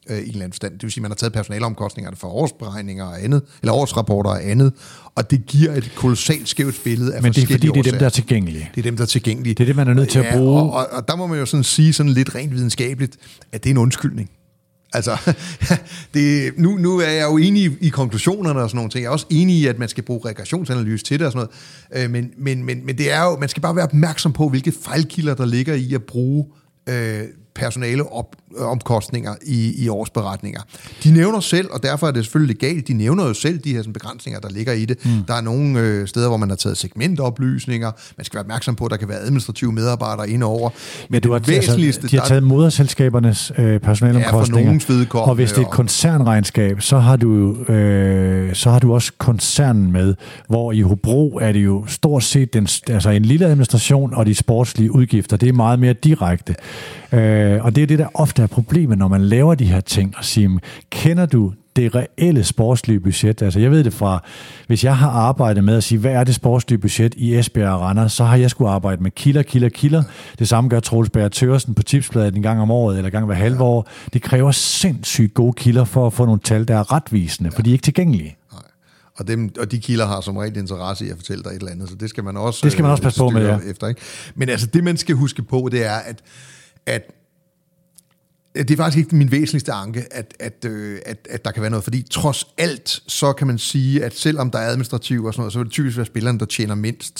i en eller anden forstand. Det vil sige, at man har taget personaleomkostningerne for årsberegninger og andet, eller årsrapporter og andet, og det giver et kolossalt skævt billede af forskellige årsager. Men det er fordi, det er dem, der er tilgængelige. Det er dem, der er tilgængelige. Det er det, man er nødt til at bruge. Og der må man jo sådan sige sådan lidt rent videnskabeligt, at det er en undskyldning. Altså, nu er jeg jo enig i konklusionerne og sådan nogle ting. Jeg er også enig i, at man skal bruge regressionsanalyse til det og sådan noget. Men det er jo, man skal bare være opmærksom på, hvilke fejlkilder der ligger i at bruge personaleomkostninger i årsberetninger. De nævner selv, og derfor er det selvfølgelig legalt, de nævner jo selv de her sådan, begrænsninger, der ligger i det. Der er nogle steder, hvor man har taget segmentoplysninger. Man skal være opmærksom på, at der kan være administrative medarbejdere inde over. Men de har taget moderselskabernes personaleomkostninger, og hvis det er et koncernregnskab, så har du også koncernen med, hvor i Hobro er det jo stort set en lille administration og de sportslige udgifter. Det er meget mere direkte. Og det er det, der ofte er problemet, når man laver de her ting, og siger, kender du det reelle sportslige budget? Altså jeg ved det fra, hvis jeg har arbejdet med at sige, hvad er det sportslige budget i Esbjerg og Randers, så har jeg skulle arbejde med kilder. Det samme gør Troels Bager Thøgersen på Tipsbladet en gang om året, eller en gang hver halve år. Det kræver sindssygt gode kilder for at få nogle tal, der er retvisende, for de er ikke tilgængelige. Og de kilder har som regel interesse i at fortælle dig et eller andet, så det skal man også, passe på med, ja. Efter, ikke? Men altså det, man skal huske på, det er, at det er faktisk ikke min væsentligste anke, at der kan være noget, fordi trods alt, så kan man sige, at selvom der er administrativ og sådan noget, så vil det typisk være spillerne, der tjener mindst,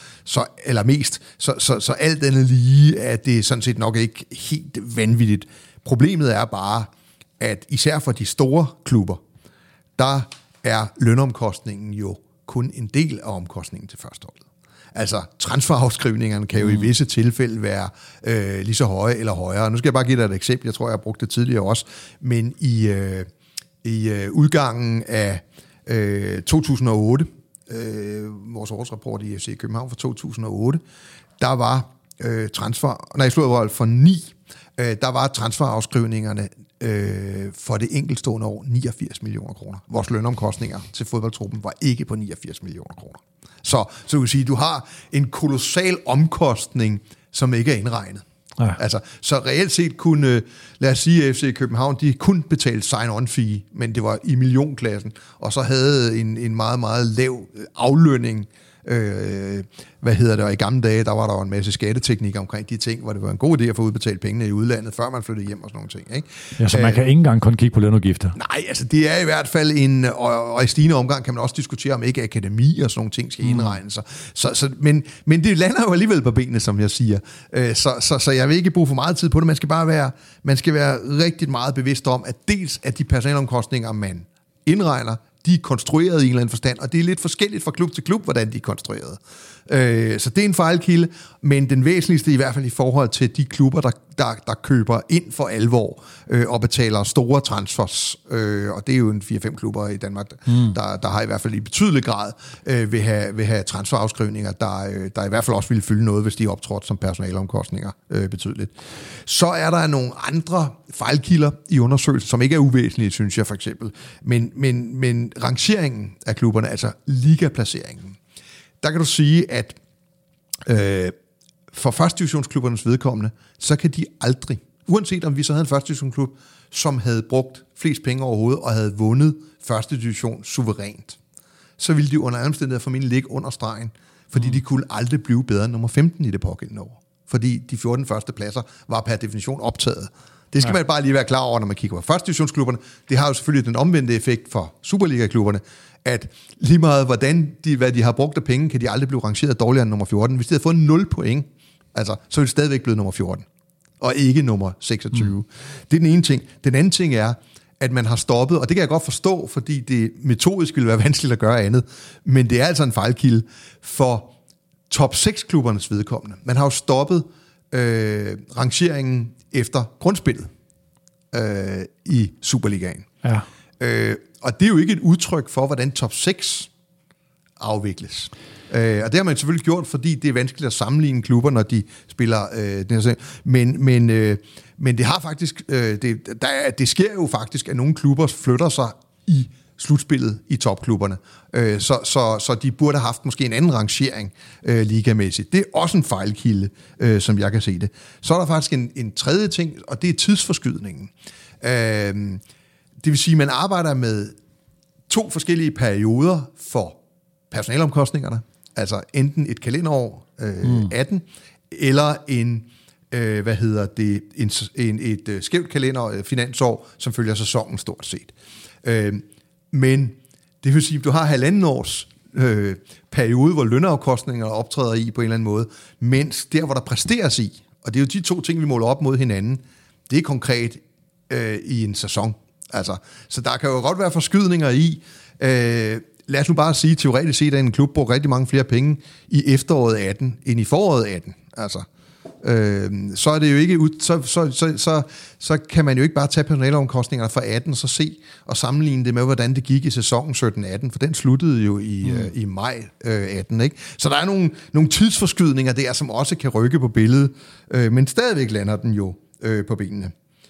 så alt andet lige, at det sådan set nok ikke helt vanvittigt. Problemet er bare, at især for de store klubber, der er lønomkostningen jo kun en del af omkostningen til førsteholdet. Altså, transferafskrivningerne kan jo i visse tilfælde være lige så høje eller højere. Nu skal jeg bare give dig et eksempel. Jeg tror, jeg har brugt det tidligere også. Men i udgangen af 2008, vores årsrapport i FC København for 2008, der var der var transferafskrivningerne for det enkeltstående år 89 millioner kroner. Vores lønomkostninger til fodboldtruppen var ikke på 89 millioner kroner. Så du kan sige, du har en kolossal omkostning, som ikke er indregnet. Ja. Altså, så reelt set kunne, lad os sige, FC København, de kun betalte sign-on fee, men det var i millionklassen, og så havde en meget, meget lav aflønning. Og i gamle dage, der var der jo en masse skatteteknikker omkring de ting, hvor det var en god idé at få udbetalt pengene i udlandet, før man flyttede hjem og sådan nogle ting. Ikke? Ja, så man kan ikke engang kun kigge på lønudgifter. Nej, altså det er i hvert fald og i stigende omgang kan man også diskutere, om ikke akademi og sådan nogle ting skal indregne sig. Men det lander jo alligevel på benene, som jeg siger. Så jeg vil ikke bruge for meget tid på det. Man skal være rigtig meget bevidst om, at dels at de personalomkostninger, man indregner, de er konstrueret i en eller anden forstand, og det er lidt forskelligt fra klub til klub, hvordan de er konstrueret. Så det er en fejlkilde, men den væsentligste i hvert fald i forhold til de klubber, der køber ind for alvor og betaler store transfers, og det er jo en 4-5 klubber i Danmark, der har i hvert fald i betydelig grad vil have transferafskrivninger, der i hvert fald også vil fylde noget, hvis de er optrådt som personaleomkostninger betydeligt. Så er der nogle andre fejlkilder i undersøgelsen, som ikke er uvæsentlige, synes jeg for eksempel, men rangeringen af klubberne, altså ligaplaceringen, der kan du sige, at for første divisionsklubbernes vedkommende, så kan de aldrig, uanset om vi så havde en første divisionsklub, som havde brugt flest penge overhovedet, og havde vundet første division suverænt, så ville de under omstændigheder formentlig ligge under stregen, fordi de kunne aldrig blive bedre end nummer 15 i det pågældende år. Fordi de 14 første pladser var per definition optaget. Det skal man bare lige være klar over, når man kigger på første divisionsklubberne. Det har jo selvfølgelig den omvendte effekt for Superliga-klubberne, at lige meget hvad de har brugt af penge, kan de aldrig blive rangeret dårligere end nummer 14. Hvis de havde fået 0 point, altså, så ville det stadigvæk blive nummer 14, og ikke nummer 26. Det er den ene ting. Den anden ting er, at man har stoppet, og det kan jeg godt forstå, fordi det metodisk ville være vanskeligt at gøre andet, men det er altså en fejlkilde for top 6-klubbernes vedkommende. Man har jo stoppet rangeringen efter grundspillet i Superligaen. Ja. Og det er jo ikke et udtryk for, hvordan top 6 afvikles. Og det har man selvfølgelig gjort, fordi det er vanskeligt at sammenligne klubber, når de spiller. Men det har faktisk, det sker jo faktisk, at nogle klubber flytter sig i slutspillet i topklubberne. Så de burde have haft måske en anden rangering ligamæssigt. Det er også en fejlkilde, som jeg kan se det. Så er der faktisk en tredje ting, og det er tidsforskydningen. Det vil sige, at man arbejder med 2 forskellige perioder for personalomkostningerne, altså enten et kalenderår 18, eller et skævt kalender finansår, som følger sæsonen stort set. Men det vil sige, at du har 1,5 års periode, hvor lønafkostninger optræder i på en eller anden måde, mens der, hvor der præsteres i, og det er jo de 2 ting, vi måler op mod hinanden, det er konkret i en sæson. Altså, så der kan jo godt være forskydninger i, lad os nu bare sige, teoretisk set, at en klub bruger rigtig mange flere penge i efteråret 18, end i foråret 18. Altså, så er det jo ikke så kan man jo ikke bare tage personaleomkostningerne fra 18 og så se og sammenligne det med, hvordan det gik i sæsonen 17-18, for den sluttede jo i maj 18, ikke? Så der er nogle tidsforskydninger der, som også kan rykke på billedet, men stadigvæk lander den jo på benene.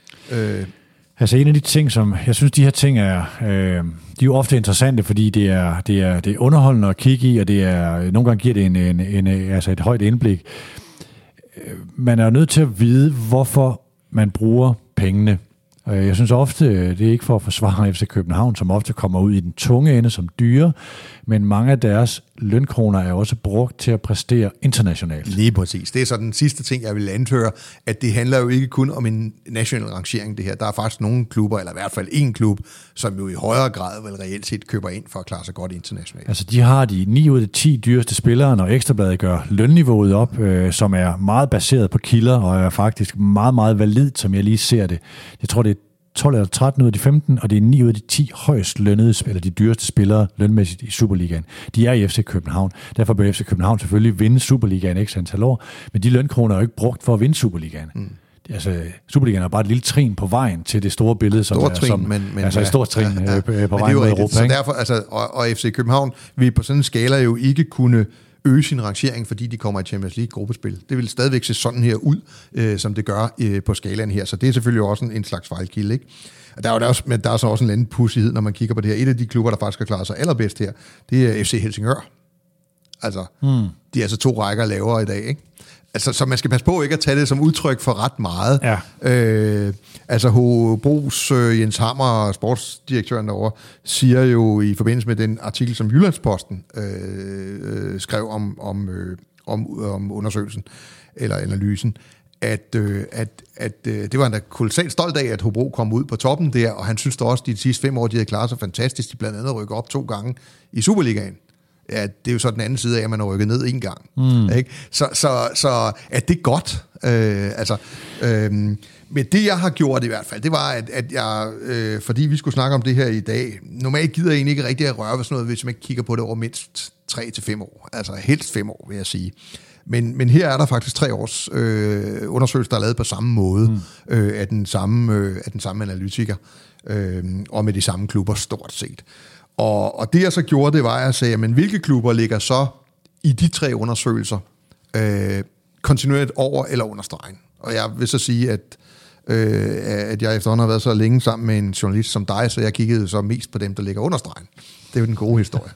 Altså en af de ting, som jeg synes, de her ting er, de er jo ofte interessante, fordi det er underholdende at kigge i, og det er nogle gange giver det et højt indblik. Man er nødt til at vide, hvorfor man bruger pengene. Jeg synes ofte, det er ikke for at forsvare FC København, som ofte kommer ud i den tunge ende som dyre, men mange af deres lønkroner er også brugt til at præstere internationalt. Lige præcis. Det er så den sidste ting, jeg vil anføre, at det handler jo ikke kun om en national rangering, det her. Der er faktisk nogle klubber, eller i hvert fald en klub, som jo i højere grad vel reelt set køber ind for at klare sig godt internationalt. Altså de har de 9 ud af 10 dyreste spillere, når Ekstrabladet gør lønniveauet op, som er meget baseret på kilder, og er faktisk meget, meget validt, som jeg lige ser det. Jeg tror, det er 12 eller 13 ud af de 15, og det er 9 ud af de 10 højst lønnede, eller de dyreste spillere lønmæssigt i Superligaen. De er i FC København. Derfor bør FC København selvfølgelig vinde Superligaen x antal år, men de lønkroner er jo ikke brugt for at vinde Superligaen. Altså, Superligaen er bare et lille trin på vejen til det store billede, som et stort trin på vejen mod Europa. Så derfor, altså, og FC København vil på sådan en skala jo ikke kunne øge sin rangering, fordi de kommer i Champions League gruppespil. Det vil stadigvæk se sådan her ud, som det gør på skalaen her. Så det er selvfølgelig også en slags fejlkilde, ikke? Men der er så også en anden pussighed, når man kigger på det her. Et af de klubber, der faktisk har klaret sig allerbedst her, det er FC Helsingør. Altså, de er altså 2 rækker lavere i dag, ikke? Altså, så man skal passe på ikke at tage det som udtryk for ret meget. Ja. Hobros Jens Hammer, sportsdirektøren derovre, siger jo i forbindelse med den artikel, som Jyllandsposten skrev om undersøgelsen, eller analysen, at det var han da kolossalt stolt af, at Hobro kom ud på toppen der, og han synes da også, at de sidste 5 år, de havde klaret sig fantastisk. De blandt andet rykker op 2 gange i Superligaen. Ja, det er jo så den anden side af, at man har rykket ned 1 gang. Ikke? Så er det godt. Men det, jeg har gjort i hvert fald, det var, at jeg, fordi vi skulle snakke om det her i dag, normalt gider jeg egentlig ikke rigtig at røre ved sådan noget, hvis man ikke kigger på det over mindst 3-5 år. Altså helst 5 år, vil jeg sige. Men her er der faktisk 3 års undersøgelser, der er lavet på samme måde af den samme analytiker, og med de samme klubber stort set. Og det jeg så gjorde, det var, at jeg sagde, men hvilke klubber ligger så i de 3 undersøgelser kontinuerligt over eller under stregen? Og jeg vil så sige, at jeg efterhånden har været så længe sammen med en journalist som dig, så jeg kiggede så mest på dem, der ligger under stregen. Det er jo den gode historie.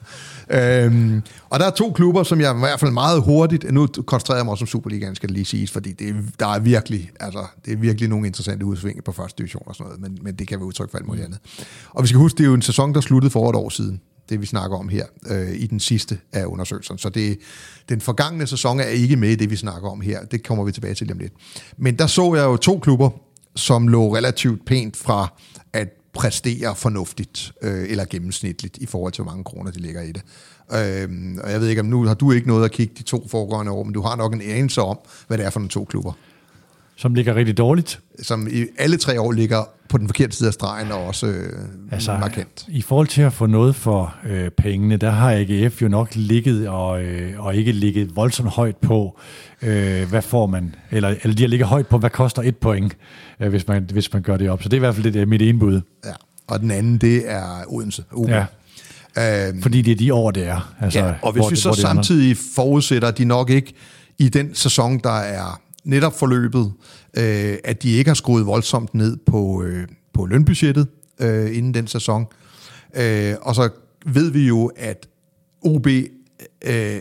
Og der er 2 klubber, som jeg i hvert fald meget hurtigt, nu koncentrerer jeg mig også om Superligaen, skal det lige siges, fordi det er virkelig nogle interessante udsving på første division og sådan noget, men det kan være udtryk for alt muligt andet. Og vi skal huske, det er jo en sæson, der sluttede for et år siden, det vi snakker om her, i den sidste af undersøgelsen. Så den forgangne sæson er ikke med i det, vi snakker om her. Det kommer vi tilbage til lige om lidt. Men der så jeg jo 2 klubber, som lå relativt pænt fra at præstere fornuftigt eller gennemsnitligt i forhold til, hvor mange kroner de ligger i det. Og jeg ved ikke, om nu har du ikke noget at kigge de 2 foregående år, men du har nok en anelse om, hvad det er for nogle 2 klubber. Som ligger rigtig dårligt. Som i alle 3 år ligger på den forkerte side af stregen, og også markant. I forhold til at få noget for pengene, der har AGF jo nok ligget og ikke ligget voldsomt højt på, hvad får man, eller de har ligget højt på, hvad koster 1 point, hvis man gør det op. Så det er i hvert fald det mit ene bud. Ja, og den anden, det er Odense. Ja. Fordi det er de år, det er. Altså, ja, og hvis vi så samtidig forudsætter, at de nok ikke i den sæson, der er netop forløbet, at de ikke har skruet voldsomt ned på lønbudgettet inden den sæson. Og så ved vi jo, at OB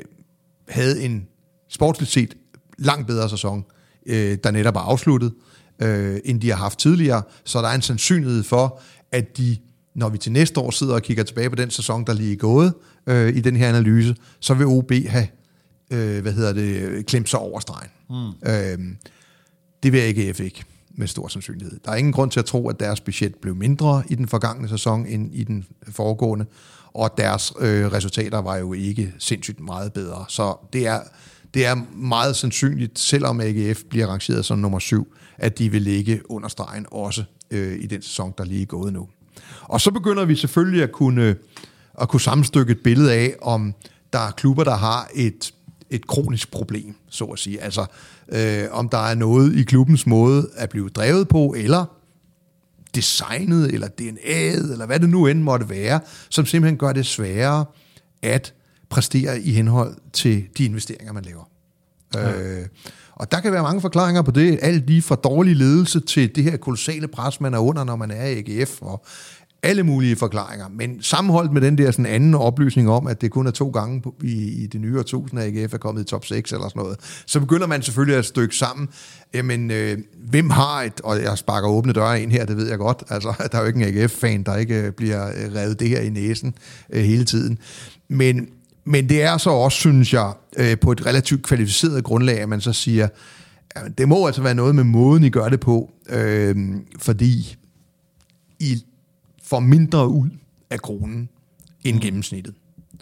havde en sportsligt set langt bedre sæson, der netop er afsluttet. end de har haft tidligere, så der er en sandsynlighed for, at de, når vi til næste år sidder og kigger tilbage på den sæson, der lige er gået i den her analyse, så vil OB have klemt sig over stregen. Det vil AGF ikke med stor sandsynlighed. Der er ingen grund til at tro, at deres budget blev mindre i den forgangne sæson end i den foregående, og deres resultater var jo ikke sindssygt meget bedre. Så det er meget sandsynligt, selvom AGF bliver rangeret som nummer 7, at de vil ligge under stregen også i den sæson, der lige er gået nu. Og så begynder vi selvfølgelig at kunne sammenstykke et billede af, om der er klubber, der har et kronisk problem, så at sige. Altså, om der er noget i klubbens måde at blive drevet på, eller designet, eller DNA'et, eller hvad det nu end måtte være, som simpelthen gør det sværere at præstere i henhold til de investeringer, man laver. Ja. Og der kan være mange forklaringer på det, alt lige fra dårlig ledelse til det her kolossale pres, man er under, når man er i AGF, og alle mulige forklaringer, men sammenholdt med den der sådan anden oplysning om, at det kun er 2 gange i det nye årtusinde, at AGF er kommet i top 6 eller sådan noget, så begynder man selvfølgelig at stykke sammen, jamen, hvem har og jeg sparker åbne døre ind her, det ved jeg godt, altså, der er jo ikke en AGF-fan, der ikke bliver revet det her i næsen hele tiden, men det er så også, synes jeg, på et relativt kvalificeret grundlag, at man så siger, jamen, det må altså være noget med måden, I gør det på, fordi I får mindre ud af kronen end gennemsnittet.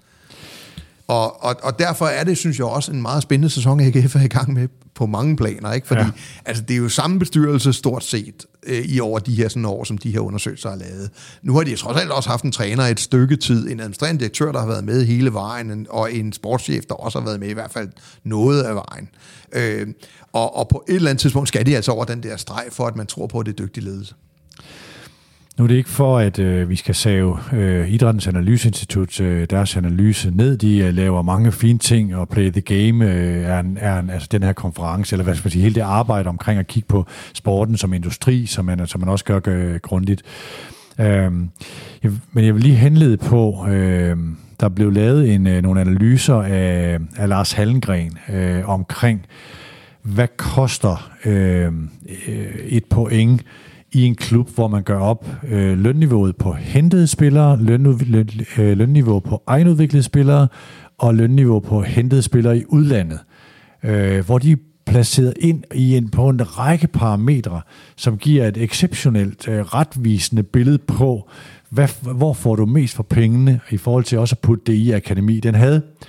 Og derfor er det, synes jeg, også en meget spændende sæson, AGF er i gang med på mange planer, ikke? Fordi altså, det er jo samme bestyrelse stort set i over de her sådan år, som de her undersøgelser har lavet. Nu har de trods alt også haft en træner et stykke tid, en administrerende direktør, der har været med hele vejen, og en sportschef, der også har været med i hvert fald noget af vejen. Og på et eller andet tidspunkt skal de altså over den der streg, for at man tror på, at det er dygtig ledelse. Nu er det ikke for, at vi skal save Idrættens Analyseinstitut deres analyse ned. De laver mange fine ting, og Play the Game altså den her konference, eller hvad skal man sige, hele det arbejde omkring at kigge på sporten som industri, som man også gør grundigt. Men jeg vil lige henlede på, der blev lavet nogle analyser af Lars Hallengren omkring, hvad koster et point i en klub, hvor man gør op lønniveauet på hentede spillere, lønniveau på egenudviklede spillere og lønniveau på hentede spillere i udlandet, hvor de er placeret ind på en række parametre, som giver et exceptionelt retvisende billede på, hvor får du mest for pengene i forhold til også at putte det i akademi. Den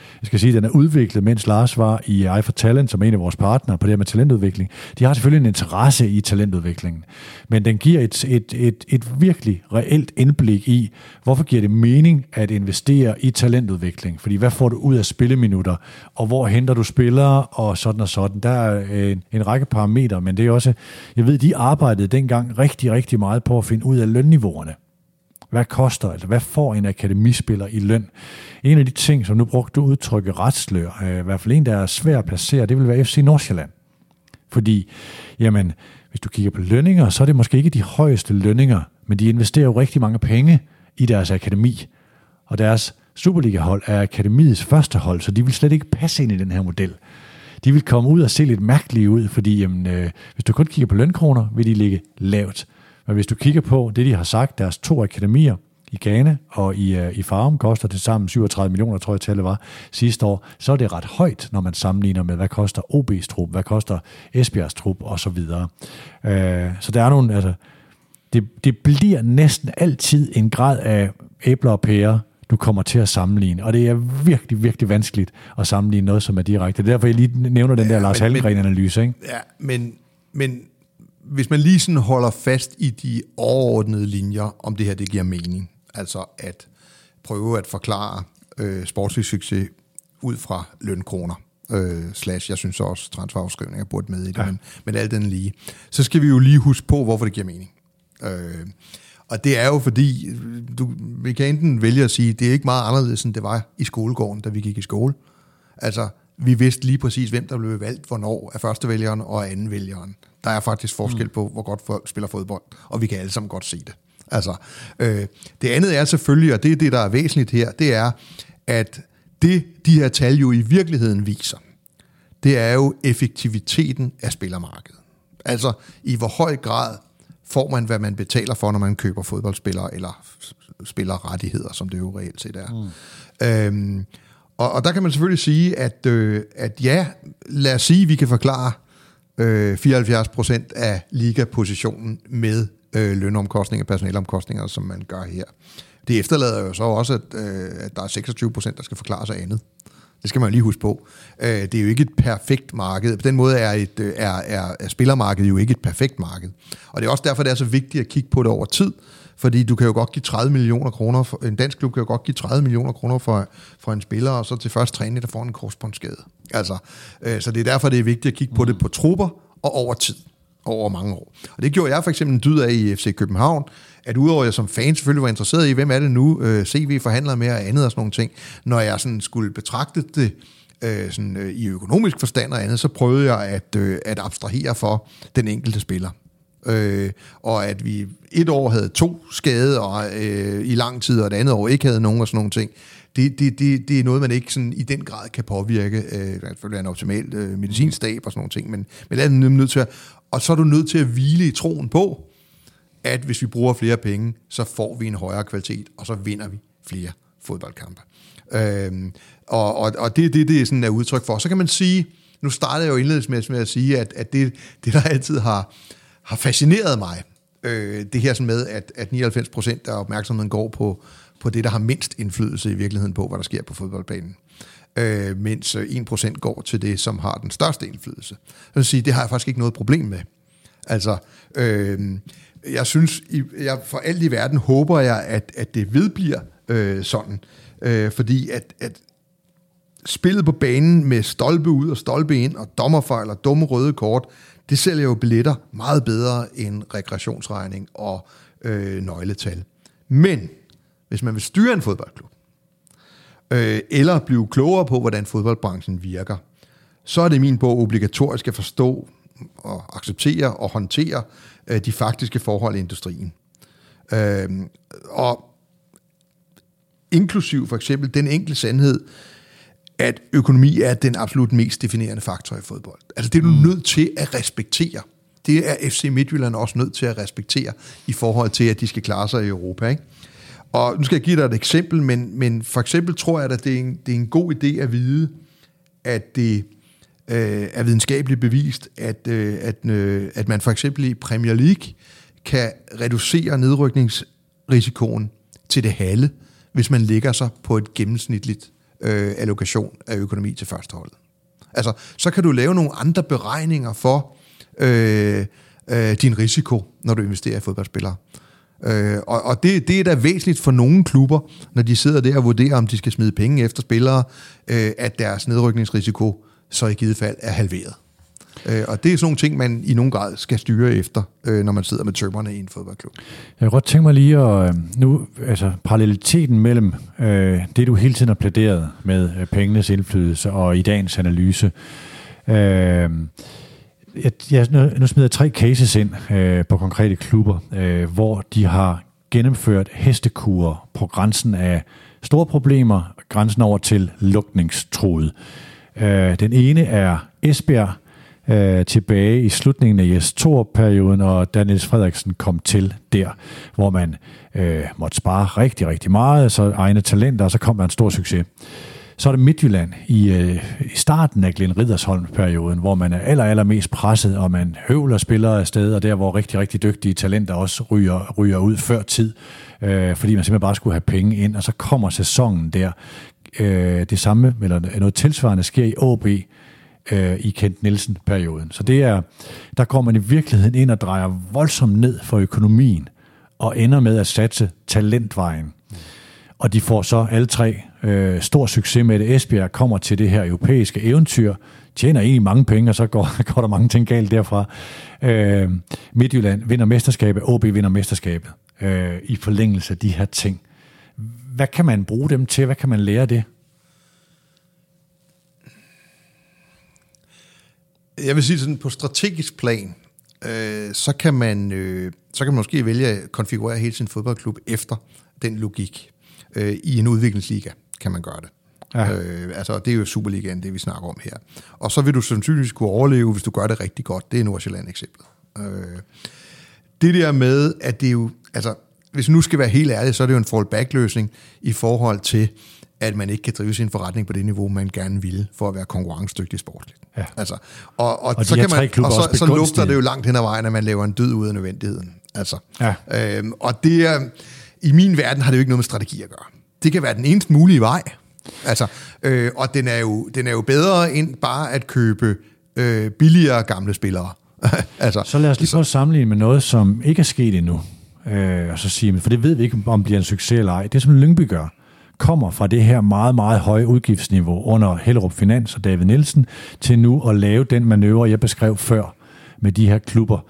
er udviklet, mens Lars var i Eye for Talent, som en af vores partnere på det her med talentudvikling. De har selvfølgelig en interesse i talentudviklingen, men den giver et virkelig reelt indblik i, hvorfor giver det mening at investere i talentudvikling? Fordi hvad får du ud af spilleminutter, og hvor henter du spillere, og sådan og sådan. Der er en række parametre, men det er også, jeg ved, de arbejdede dengang rigtig, rigtig meget på at finde ud af lønniveauerne. Hvad koster, eller hvad får en akademispiller i løn? En af de ting, som nu brugte du udtrykket retslør, i hvert fald en, der er svær at placere, det vil være FC Nordsjælland. Fordi, jamen, hvis du kigger på lønninger, så er det måske ikke de højeste lønninger, men de investerer jo rigtig mange penge i deres akademi. Og deres Superliga-hold er akademiets første hold, så de vil slet ikke passe ind i den her model. De vil komme ud og se lidt mærkelige ud, fordi jamen, hvis du kun kigger på lønkroner, vil de ligge lavt. Men hvis du kigger på det, de har sagt, deres 2 akademier i Ghana og i Farum koster til sammen 37 millioner, tror jeg tallet var, sidste år, så er det ret højt, når man sammenligner med, hvad koster OB's trup, hvad koster Esbjergs trup og så videre. Så der er nogle, altså, det bliver næsten altid en grad af æbler og pærer, du kommer til at sammenligne, og det er virkelig, virkelig vanskeligt at sammenligne noget, som er direkte. Det er derfor, jeg lige nævner den der Lars Hallengren-analyse, ikke? Ja, men hvis man lige sådan holder fast i de overordnede linjer, om det her det giver mening, altså at prøve at forklare sportslig succes ud fra lønkroner, jeg synes også transferafskrivninger burde med i det, men alt den lige, så skal vi jo lige huske på, hvorfor det giver mening. Og det er jo fordi, vi kan enten vælge at sige, det er ikke meget anderledes, end det var i skolegården, da vi gik i skole. Altså, vi vidste lige præcis, hvem der blev valgt, hvornår af førstevælgeren og andenvælgeren. Der er faktisk forskel på, hvor godt folk spiller fodbold, og vi kan alle sammen godt se det. Altså, det andet er selvfølgelig, og det er det, der er væsentligt her, det er, at det, de her tal jo i virkeligheden viser, det er jo effektiviteten af spillermarkedet. Altså, i hvor høj grad får man, hvad man betaler for, når man køber fodboldspillere, eller spillerrettigheder, som det jo reelt set er. Og der kan man selvfølgelig sige, at ja, lad os sige, at vi kan forklare 74% af ligapositionen med lønomkostninger og personalomkostninger, som man gør her. Det efterlader jo så også, at der er 26%, der skal forklare sig andet. Det skal man jo lige huske på. Det er jo ikke et perfekt marked. På den måde er spillermarkedet jo ikke et perfekt marked. Og det er også derfor, det er så vigtigt at kigge på det over tid, fordi du kan jo godt give 30 millioner kroner, en dansk klub kan jo godt give 30 millioner kroner for en spiller, og så til første træning, der får en korsbåndsskade. Altså, så det er derfor, det er vigtigt at kigge på det på trupper og over tid, over mange år. Og det gjorde jeg for eksempel en dyd af i FC København, at udover at jeg som fan selvfølgelig var interesseret i, hvem er det nu, CV forhandler med og andet og sådan nogle ting, når jeg sådan skulle betragte det sådan, i økonomisk forstand og andet, så prøvede jeg at abstrahere for den enkelte spiller. Og at vi et år havde 2 skade og i lang tid, og et andet år ikke havde nogen og sådan nogle ting, det er noget, man ikke sådan i den grad kan påvirke. Selvfølgelig er en optimal medicinstab og sådan nogle ting, men det er nødt til at, og så er du nødt til at hvile i troen på, at hvis vi bruger flere penge, så får vi en højere kvalitet, og så vinder vi flere fodboldkampe. Og det er sådan et udtryk for. Så kan man sige, nu startede jeg jo indledningsvis med at sige, at det der altid har fascineret mig, det her sådan med, at 99% af opmærksomheden går på det, der har mindst indflydelse i virkeligheden på, hvad der sker på fodboldbanen. Mens 1% går til det, som har den største indflydelse. Så vil sige, det har jeg faktisk ikke noget problem med. Altså, jeg synes, for alt i verden håber jeg, at det vedbliver sådan. Fordi at spillet på banen med stolpe ud og stolpe ind, og dommerfejl og dumme røde kort, det sælger jo billetter meget bedre end rekreationsregning og nøgletal. Men hvis man vil styre en fodboldklub, eller blive klogere på, hvordan fodboldbranchen virker, så er det min bog obligatorisk at forstå og acceptere og håndtere de faktiske forhold i industrien. Og inklusiv for eksempel den enkle sandhed, at økonomi er den absolut mest definerende faktor i fodbold. Altså det er du nødt til at respektere. Det er FC Midtjylland også nødt til at respektere i forhold til, at de skal klare sig i Europa, ikke? Og nu skal jeg give dig et eksempel, men for eksempel tror jeg, at det er en god idé at vide, at det er videnskabeligt bevist, at man for eksempel i Premier League kan reducere nedrykningsrisikoen til det halve, hvis man lægger sig på et gennemsnitligt allokation af økonomi til førsteholdet. Altså, så kan du lave nogle andre beregninger for din risiko, når du investerer i fodboldspillere. Og det er da væsentligt for nogle klubber, når de sidder der og vurderer, om de skal smide penge efter spillere, at deres nedrykningsrisiko så i givet fald er halveret. Og det er sådan nogle ting, man i nogen grad skal styre efter, når man sidder med tømmerne i en fodboldklub. Jeg kan godt tænke mig lige at paralleliteten mellem det, du hele tiden har plæderet med pengenes indflydelse og i dagens analyse. Nu smider jeg 3 cases ind på konkrete klubber, hvor de har gennemført hestekurer på grænsen af store problemer, grænsen over til lukningstruet. Den ene er Esbjerg, tilbage i slutningen af Jes Torup-perioden, og da Niels Frederiksen kom til der, hvor man måtte spare rigtig, rigtig meget, så egne talenter, og så kom der en stor succes. Så er det Midtjylland i starten af Glenn Riddersholm-perioden, hvor man er allermest presset, og man høvler spillere afsted, og der, hvor rigtig, rigtig dygtige talenter også ryger ud før tid, fordi man simpelthen bare skulle have penge ind, og så kommer sæsonen der. Det samme, eller noget tilsvarende, sker i AB i Kent Nielsen-perioden. Så der går man i virkeligheden ind og drejer voldsomt ned for økonomien, og ender med at satse talentvejen. Og de får så alle 3 stor succes med det. Esbjerg kommer til det her europæiske eventyr, tjener egentlig mange penge, og så går der mange ting galt derfra. Midtjylland vinder mesterskabet, AB vinder mesterskabet i forlængelse af de her ting. Hvad kan man bruge dem til? Hvad kan man lære af det? Jeg vil sige sådan, på strategisk plan, så kan man måske vælge at konfigurere hele sin fodboldklub efter den logik. I en udviklingsliga kan man gøre det. Ja. Altså, det er jo Superligaen, det vi snakker om her. Og så vil du sandsynligvis kunne overleve, hvis du gør det rigtig godt. Det er Nordsjælland-eksemplet. Det der med, at det er jo... Altså, hvis vi nu skal være helt ærlig, så er det jo en fallback-løsning i forhold til, at man ikke kan drive sin forretning på det niveau, man gerne vil, for at være konkurrencedygtig sportsligt. Ja. Altså, og så kan man, og så lugter det jo langt hen ad vejen, at man laver en død ud af nødvendigheden. Altså, ja. Og det er, i min verden har det jo ikke noget med strategi at gøre. Det kan være den eneste mulige vej. Altså, og den er jo bedre end bare at købe billigere gamle spillere. Altså, så lad os lige prøve at sammenligne med noget, som ikke er sket endnu. Og så sige, for det ved vi ikke, om det bliver en succes eller ej. Det, som Lyngby gør, kommer fra det her meget, meget høje udgiftsniveau under Hellerup Finans og David Nielsen, til nu at lave den manøvre, jeg beskrev før med de her klubber.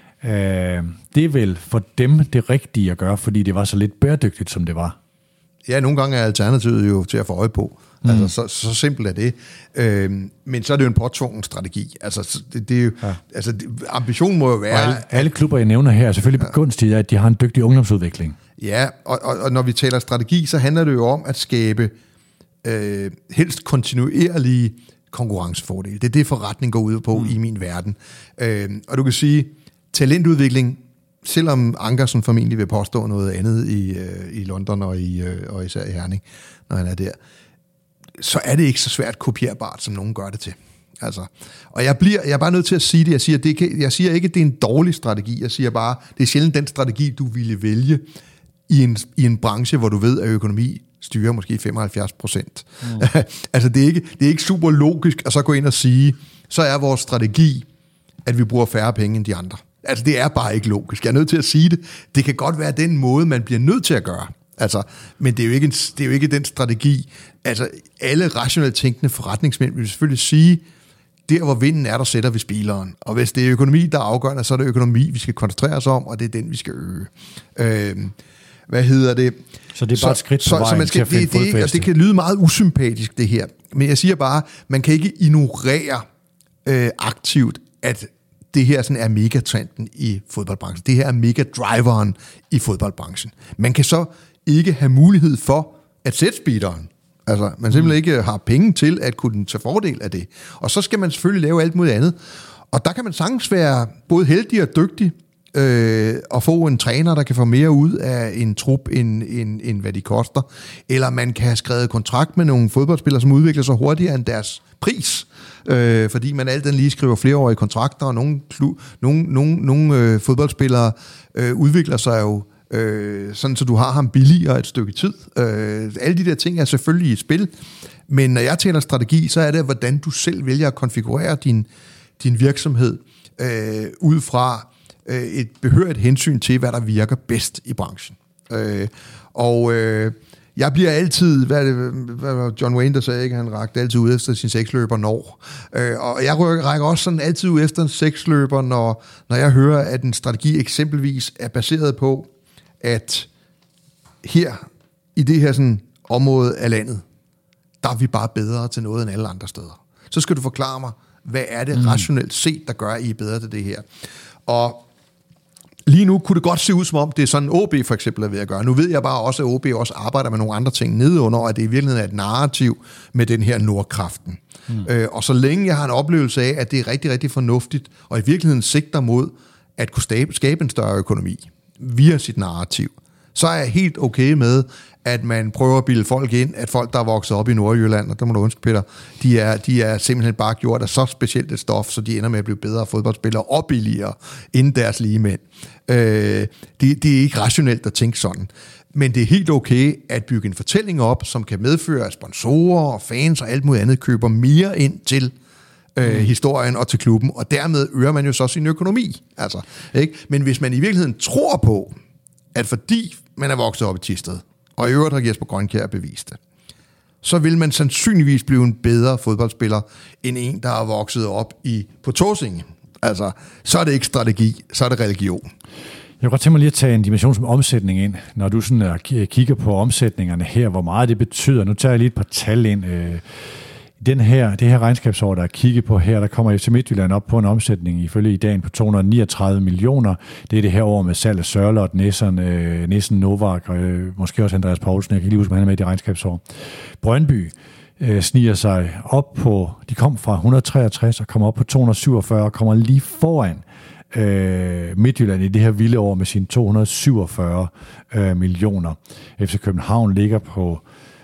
Det er vel for dem det rigtige at gøre, fordi det var så lidt bæredygtigt, som det var. Ja, nogle gange er alternativet jo til at få øje på. Altså, så simpelt er det. Men så er det jo en påtvungen strategi. Altså, det er jo, altså, ambitionen må jo være... Alle klubber, jeg nævner her, er selvfølgelig begunstiget af, at de har en dygtig ungdomsudvikling. Ja, og når vi taler strategi, så handler det jo om at skabe helst kontinuerlige konkurrencefordele. Det er det, forretning går ud på i min verden. Og du kan sige, talentudvikling, selvom Ankersen formentlig vil påstå noget andet i London og især i Herning, når han er der, så er det ikke så svært kopierbart, som nogen gør det til. Altså, og jeg er bare nødt til at sige det. Jeg siger ikke, at det er en dårlig strategi. Jeg siger bare, det er sjældent den strategi, du ville vælge i en branche, hvor du ved, at økonomi styrer måske 75%. Altså, det er ikke super logisk at så gå ind og sige, så er vores strategi, at vi bruger færre penge end de andre. Altså, det er bare ikke logisk. Jeg er nødt til at sige det. Det kan godt være den måde, man bliver nødt til at gøre. Altså, men det er jo ikke den strategi. Altså, alle rationelt tænkende forretningsmænd vil selvfølgelig sige, der hvor vinden er, der sætter vi spilleren. Og hvis det er økonomi, der er afgørende, så er det økonomi, vi skal koncentrere os om, og det er den, vi skal øge. Hvad hedder det? Så det er bare et skridt på vejen til at finde fodfæste. Det kan lyde meget usympatisk, det her. Men jeg siger bare, man kan ikke ignorere aktivt, at det her sådan er megatrenden i fodboldbranchen. Det her er megadriveren i fodboldbranchen. Man kan så ikke have mulighed for at sætte speederen. Altså, man simpelthen ikke har penge til at kunne tage fordel af det. Og så skal man selvfølgelig lave alt muligt andet. Og der kan man sagtens være både heldig og dygtig og få en træner, der kan få mere ud af en trup, end hvad de koster. Eller man kan have skrevet kontrakt med nogle fodboldspillere, som udvikler sig hurtigere end deres pris. Fordi man alt den lige skriver flereårige kontrakter, og nogle fodboldspillere udvikler sig jo sådan, så du har ham billigere et stykke tid. Alle de der ting er selvfølgelig i spil, men når jeg taler strategi, så er det, hvordan du selv vælger at konfigurere din virksomhed ud fra et behørigt hensyn til, hvad der virker bedst i branchen. Jeg bliver altid, hvad John Wayne der sagde, ikke? Han rakte altid ud efter sin seksløber når. Og jeg rækker også sådan altid ud efter en seksløber, når jeg hører, at en strategi eksempelvis er baseret på, at her i det her sådan område af landet, der er vi bare bedre til noget end alle andre steder. Så skal du forklare mig, hvad er det rationelt set, der gør, at I er bedre til det her. Og lige nu kunne det godt se ud som om, det er sådan OB for eksempel er ved at gøre. Nu ved jeg bare også, at OB også arbejder med nogle andre ting nedenunder, og at det i virkeligheden er et narrativ med den her Nordkraften. Og så længe jeg har en oplevelse af, at det er rigtig, rigtig fornuftigt, og i virkeligheden sigter mod at kunne skabe en større økonomi via sit narrativ, så er jeg helt okay med, at man prøver at bilde folk ind, at folk, der er vokset op i Nordjylland, og der må du ønske, Peter, de er simpelthen bare gjort af så specielt et stof, så de ender med at blive bedre fodboldspillere og billigere end deres ligemænd. Det er ikke rationelt at tænke sådan. Men det er helt okay at bygge en fortælling op, som kan medføre, at sponsorer og fans og alt muligt andet køber mere ind til historien og til klubben, og dermed øger man jo så sin økonomi. Altså, ikke? Men hvis man i virkeligheden tror på, at fordi man er vokset op i Thisted, og i øvrigt har Jesper Grønkjær bevist det, så vil man sandsynligvis blive en bedre fodboldspiller, end en, der er vokset op på Tåsinge. Altså, så er det ikke strategi, så er det religion. Jeg kunne godt tænke mig lige at tage en dimension som omsætning ind, når du sådan kigger på omsætningerne her, hvor meget det betyder. Nu tager jeg lige et par tal ind. Det her regnskabsår, der er kigget på her, der kommer FC Midtjylland op på en omsætning ifølge i dagen på 239 millioner. Det er det her år med salg af Sørloth, Nissen, Novak, måske også Andreas Poulsen. Jeg kan lige huske, at han er med i det regnskabsår. Brøndby, sniger sig op på, de kom fra 163 og kommer op på 247 og kommer lige foran Midtjylland i det her vilde år med sine 247 millioner. FC København ligger på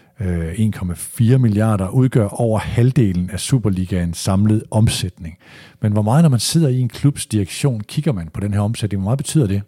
1,4 milliarder, udgør over halvdelen af Superligaens samlede omsætning. Men hvor meget, når man sidder i en klubs direktion, kigger man på den her omsætning? Hvor meget betyder det?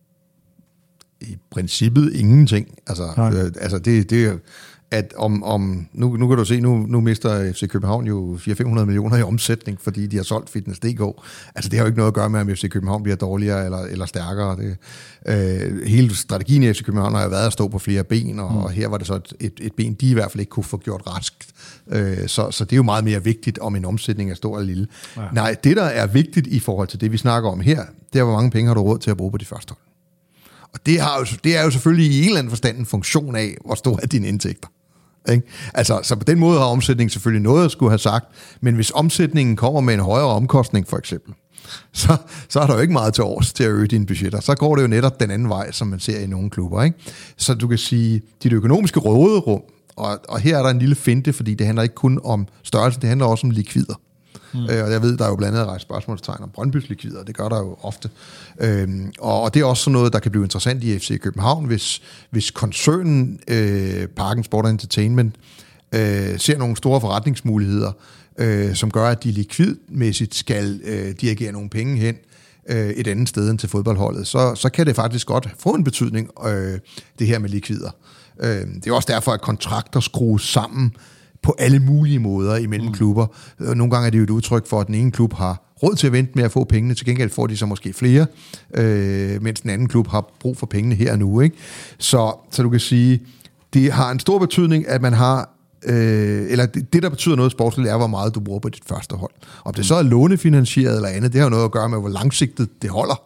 I princippet ingenting. Altså det at nu kan du se, nu mister FC København jo 400-500 millioner i omsætning, fordi de har solgt Fitness.dk. Altså det har jo ikke noget at gøre med, om FC København bliver dårligere eller stærkere. Hele strategien i FC København har jo været at stå på flere ben, og her var det så et ben, de i hvert fald ikke kunne få gjort raskt. Så det er jo meget mere vigtigt, om en omsætning er stor eller lille. Ja. Nej, det der er vigtigt i forhold til det, vi snakker om her, det er, hvor mange penge har du råd til at bruge på de første hold. Og det er jo selvfølgelig i en eller anden forstand en funktion af, hvor store er dine indtægter. Ikke? Altså, så på den måde har omsætningen selvfølgelig noget at skulle have sagt, men hvis omsætningen kommer med en højere omkostning for eksempel, så er der jo ikke meget til års til at øge dine budgetter. Så går det jo netop den anden vej, som man ser i nogle klubber. Ikke? Så du kan sige, dit økonomiske råderum, og her er der en lille finte, fordi det handler ikke kun om størrelse, det handler også om likvider. Og jeg ved, der er jo blandt andet rejst spørgsmålstegn om Brøndbys likvider, det gør der jo ofte. Og det er også sådan noget, der kan blive interessant i FC København, hvis koncernen Parken Sport & Entertainment ser nogle store forretningsmuligheder, som gør, at de likvidmæssigt skal dirigere nogle penge hen et andet sted end til fodboldholdet, så kan det faktisk godt få en betydning, det her med likvider. Det er også derfor, at kontrakter skrues sammen på alle mulige måder imellem klubber. Nogle gange er det jo et udtryk for, at den ene klub har råd til at vente med at få pengene, til gengæld får de så måske flere, mens den anden klub har brug for pengene her og nu. Ikke? Så du kan sige, det har en stor betydning, at man har, eller det der betyder noget sportsligt, er, hvor meget du bruger på dit første hold. Om det så er lånefinansieret eller andet, det har jo noget at gøre med, hvor langsigtet det holder.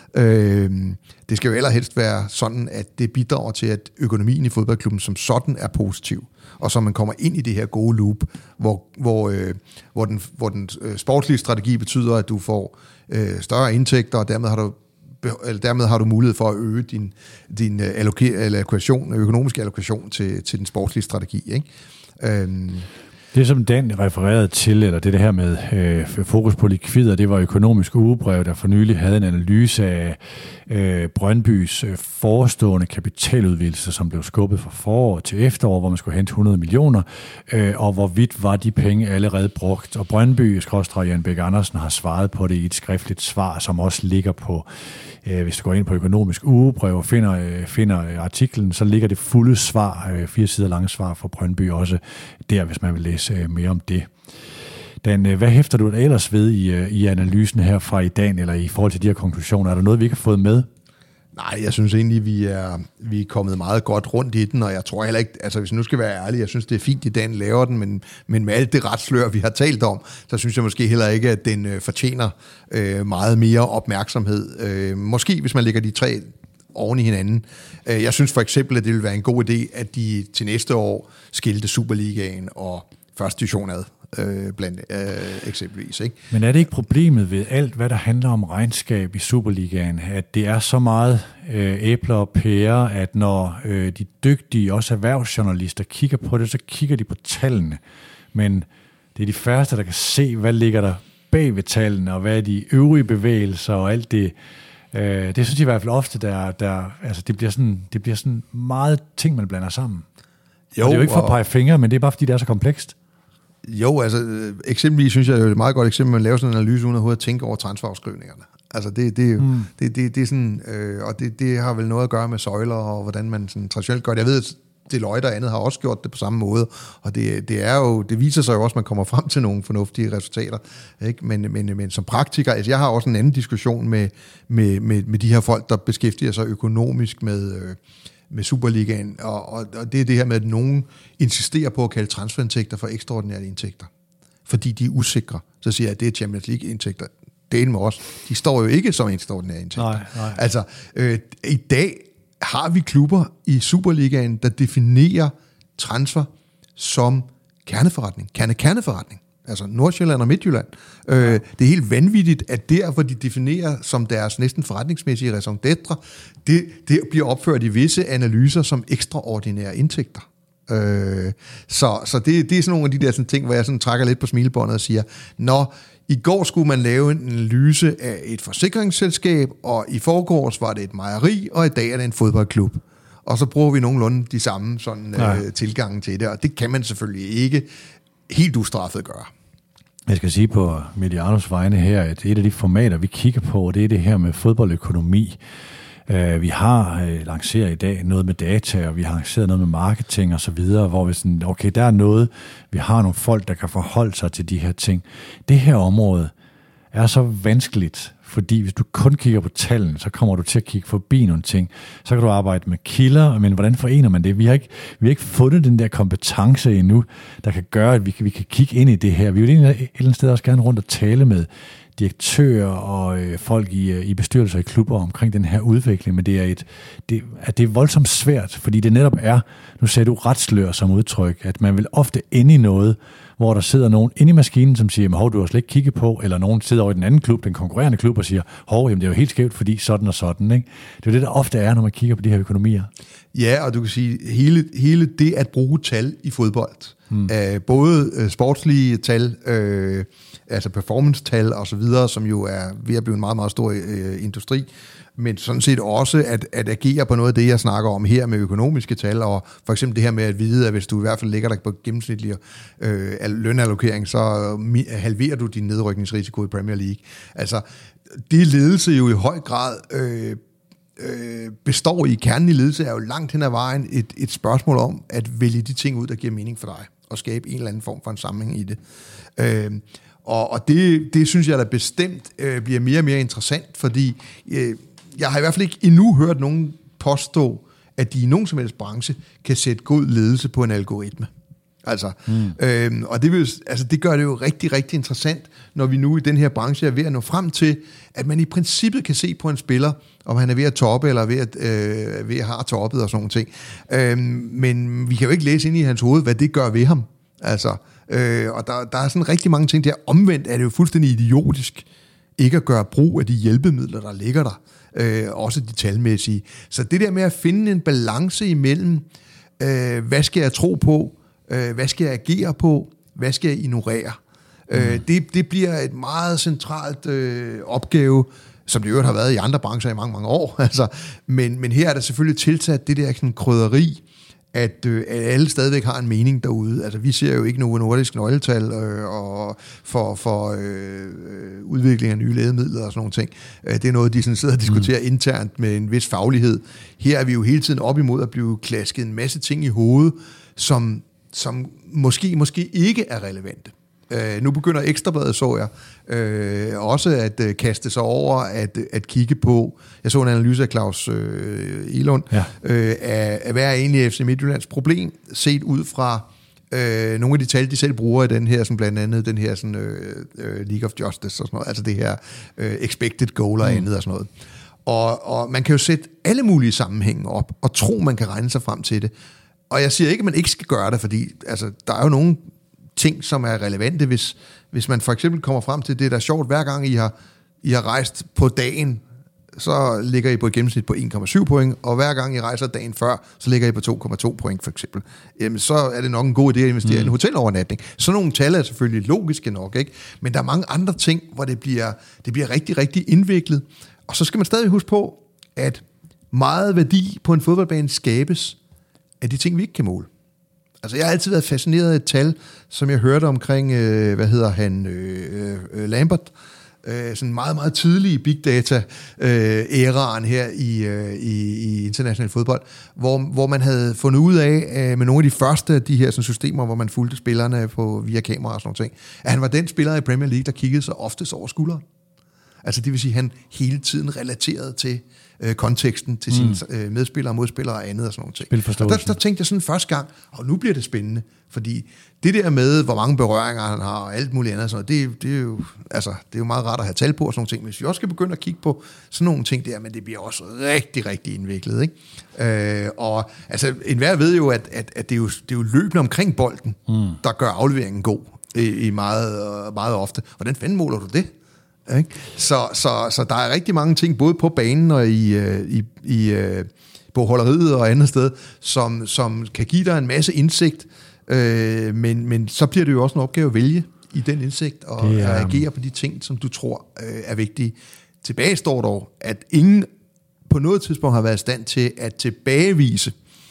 Det skal jo allerhelst være sådan, at det bidrager til, at økonomien i fodboldklubben som sådan er positiv, og så man kommer ind i det her gode loop, hvor den sportslige strategi betyder, at du får større indtægter, og dermed har du mulighed for at øge din økonomiske allokation til den sportslige strategi. Ikke? Det, som Dan refererede til, eller det her med fokus på likvider, det var Økonomisk Ugebrev, der for nylig havde en analyse af Brøndbys forestående kapitaludvidelse, som blev skubbet fra forår til efterår, hvor man skulle hente 100 millioner, og hvorvidt var de penge allerede brugt. Og Brøndby, Jan Bæk Andersen, har svaret på det i et skriftligt svar, som også ligger på, hvis du går ind på Økonomisk Ugebrev og finder artiklen, så ligger det fulde svar, 4 sider lange svar fra Brøndby også der, hvis man vil læse mere om det. Dan, hvad hæfter du ellers ved i analysen her fra i dag, eller i forhold til de her konklusioner? Er der noget, vi ikke har fået med? Nej, jeg synes egentlig, vi er kommet meget godt rundt i den, og jeg tror heller ikke, altså hvis nu skal være ærlig, jeg synes, det er fint, at Dan laver den, men med alt det retslør, vi har talt om, så synes jeg måske heller ikke, at den fortjener meget mere opmærksomhed. Måske, hvis man lægger de tre oven i hinanden. Jeg synes for eksempel, at det vil være en god idé, at de til næste år skilte Superligaen og første division ad. Eksempelvis. Ikke? Men er det ikke problemet ved alt, hvad der handler om regnskab i Superligaen, at det er så meget æbler og pærer, at når de dygtige, også erhvervsjournalister, kigger på det, så kigger de på tallene. Men det er de færreste, der kan se, hvad ligger der bag ved tallene, og hvad er de øvrige bevægelser og alt det. Det synes jeg i hvert fald ofte, altså det bliver sådan meget ting, man blander sammen. Jo, og det er jo ikke for at pege fingre, men det er bare fordi, det er så komplekst. Jo, altså eksempelvis synes jeg, det er et meget godt eksempel, at man laver sådan en analyse uden at tænke over transferafskrivningerne. Altså det er sådan, og det har vel noget at gøre med søjler, og hvordan man sådan traditionelt gør det. Jeg ved, at Deloitte og andet har også gjort det på samme måde, og det viser sig jo også, at man kommer frem til nogle fornuftige resultater. Ikke? Men som praktiker, altså jeg har også en anden diskussion med de her folk, der beskæftiger sig økonomisk med Superligaen, og det er det her med, at nogen insisterer på at kalde transferindtægter for ekstraordinære indtægter, fordi de er usikre. Så siger jeg, at det er Champions League-indtægter. Det med os. De står jo ikke som ekstraordinære indtægter. Nej. Altså, i dag har vi klubber i Superligaen, der definerer transfer som kerneforretning. Altså Nordsjælland og Midtjylland. Det er helt vanvittigt, at der, hvor de definerer som deres næsten forretningsmæssige raison d'être, det bliver opført i visse analyser som ekstraordinære indtægter. Så det er sådan nogle af de der sådan ting, hvor jeg sådan trækker lidt på smilebåndet og siger, i går skulle man lave en analyse af et forsikringsselskab, og i forgårs var det et mejeri, og i dag er det en fodboldklub. Og så bruger vi nogenlunde de samme tilgange til det, og det kan man selvfølgelig ikke helt ustraffet gøre. Jeg skal sige på Medianos vegne her, at et af de formater, vi kigger på, det er det her med fodboldøkonomi. Vi har lanceret i dag noget med data, og vi har lanceret noget med marketing og så videre, hvor vi sådan, okay, der er noget, vi har nogle folk, der kan forholde sig til de her ting. Det her område er så vanskeligt, fordi hvis du kun kigger på tallene, så kommer du til at kigge forbi nogle ting. Så kan du arbejde med kilder, men hvordan forener man det? Vi har ikke fundet den der kompetence endnu, der kan gøre, at vi kan kigge ind i det her. Vi vil egentlig et eller andet sted også gerne rundt og tale med direktører og folk i bestyrelser i klubber omkring den her udvikling, men det er voldsomt svært, fordi det netop er, nu ser du retslør som udtryk, at man vil ofte ende i noget, hvor der sidder nogen inde i maskinen, som siger, hov, du har slet ikke kigget på, eller nogen sidder over i den anden klub, den konkurrerende klub, og siger, hov, jamen det er jo helt skævt, fordi sådan og sådan, ikke? Det er jo det, der ofte er, når man kigger på de her økonomier. Ja, og du kan sige, hele det at bruge tal i fodbold, både sportslige tal, altså performance-tal og så videre, som jo er ved at blive en meget, meget stor industri, men sådan set også at agere på noget af det, jeg snakker om her med økonomiske tal, og for eksempel det her med at vide, at hvis du i hvert fald ligger der på gennemsnitlig lønallokering, så halverer du din nedrykningsrisiko i Premier League. Altså, det ledelse jo i høj grad består i kernen i ledelse, er jo langt hen ad vejen et spørgsmål om at vælge de ting ud, der giver mening for dig, og skabe en eller anden form for en sammenhæng i det. Og det synes jeg da bestemt bliver mere og mere interessant, fordi jeg har i hvert fald ikke endnu hørt nogen påstå, at de i nogen som helst branche kan sætte god ledelse på en algoritme. Altså, og det gør det jo rigtig, rigtig interessant, når vi nu i den her branche er ved at nå frem til, at man i princippet kan se på en spiller, om han er ved at toppe, eller ved at have toppet og sådan nogle ting. Men vi kan jo ikke læse ind i hans hoved, hvad det gør ved ham. Altså, og der er sådan rigtig mange ting der. Omvendt er det jo fuldstændig idiotisk ikke at gøre brug af de hjælpemidler, der ligger der. Også de talmæssige. Så det der med at finde en balance imellem, hvad skal jeg tro på, hvad skal jeg agere på, hvad skal jeg ignorere. Det bliver et meget centralt opgave, som det jo har været i andre brancher i mange, mange år. Altså, men her er der selvfølgelig tilsat det der sådan krydderi, at alle stadigvæk har en mening derude. Altså, vi ser jo ikke Novo Nordisk nøgletal for udvikling af nye lægemidler og sådan nogle ting. Det er noget, de sådan sidder og diskuterer internt med en vis faglighed. Her er vi jo hele tiden op imod at blive klasket en masse ting i hovedet, som måske ikke er relevante. Nu begynder Ekstrabladet, så jeg, også at kaste sig over at kigge på, jeg så en analyse af Claus Elund, af hvad er egentlig FC Midtjyllands problem, set ud fra nogle af de tal, de selv bruger i den her, som blandt andet den her sådan, League of Justice og sådan noget, altså det her expected goal og andet og sådan noget. Og man kan jo sætte alle mulige sammenhænge op, og tro, man kan regne sig frem til det. Og jeg siger ikke, at man ikke skal gøre det, fordi altså, der er jo nogle ting, som er relevante, hvis man for eksempel kommer frem til det, der er sjovt, hver gang I har rejst på dagen, så ligger I på et gennemsnit på 1,7 point, og hver gang I rejser dagen før, så ligger I på 2,2 point for eksempel. Jamen, så er det nok en god idé at investere i en hotelovernatning. Sådan nogle tal er selvfølgelig logiske nok, ikke? Men der er mange andre ting, hvor det bliver rigtig, rigtig indviklet. Og så skal man stadig huske på, at meget værdi på en fodboldbane skabes af de ting, vi ikke kan måle. Altså, jeg har altid været fascineret af et tal, som jeg hørte omkring, Lambert, sådan meget, meget tidlig big data-æraen her i international fodbold, hvor man havde fundet ud af, med nogle af de første af de her sådan, systemer, hvor man fulgte spillerne via kamera og sådan noget, at han var den spiller i Premier League, der kiggede sig oftest over skulderen. Altså, det vil sige, at han hele tiden relaterede til konteksten til sine medspillere, modspillere og andet og sådan nogle ting. Og der tænkte jeg sådan første gang, og nu bliver det spændende, fordi det der med, hvor mange berøringer han har og alt muligt andet, sådan noget, det er jo meget rart at have tal på og sådan nogle ting, men hvis vi også skal begynde at kigge på sådan nogle ting der, men det bliver også rigtig, rigtig indviklet, ikke? Og altså, enhver ved jo, at det er jo løbende omkring bolden, der gør afleveringen god i meget, meget ofte. Hvordan fanden måler du det? Så der er rigtig mange ting, både på banen og på holderiet og andet sted, som kan give dig en masse indsigt, men så bliver det jo også en opgave at vælge i den indsigt og at agere på de ting, som du tror er vigtige. Tilbage står dog, at ingen på noget tidspunkt har været i stand til at tilbagevise,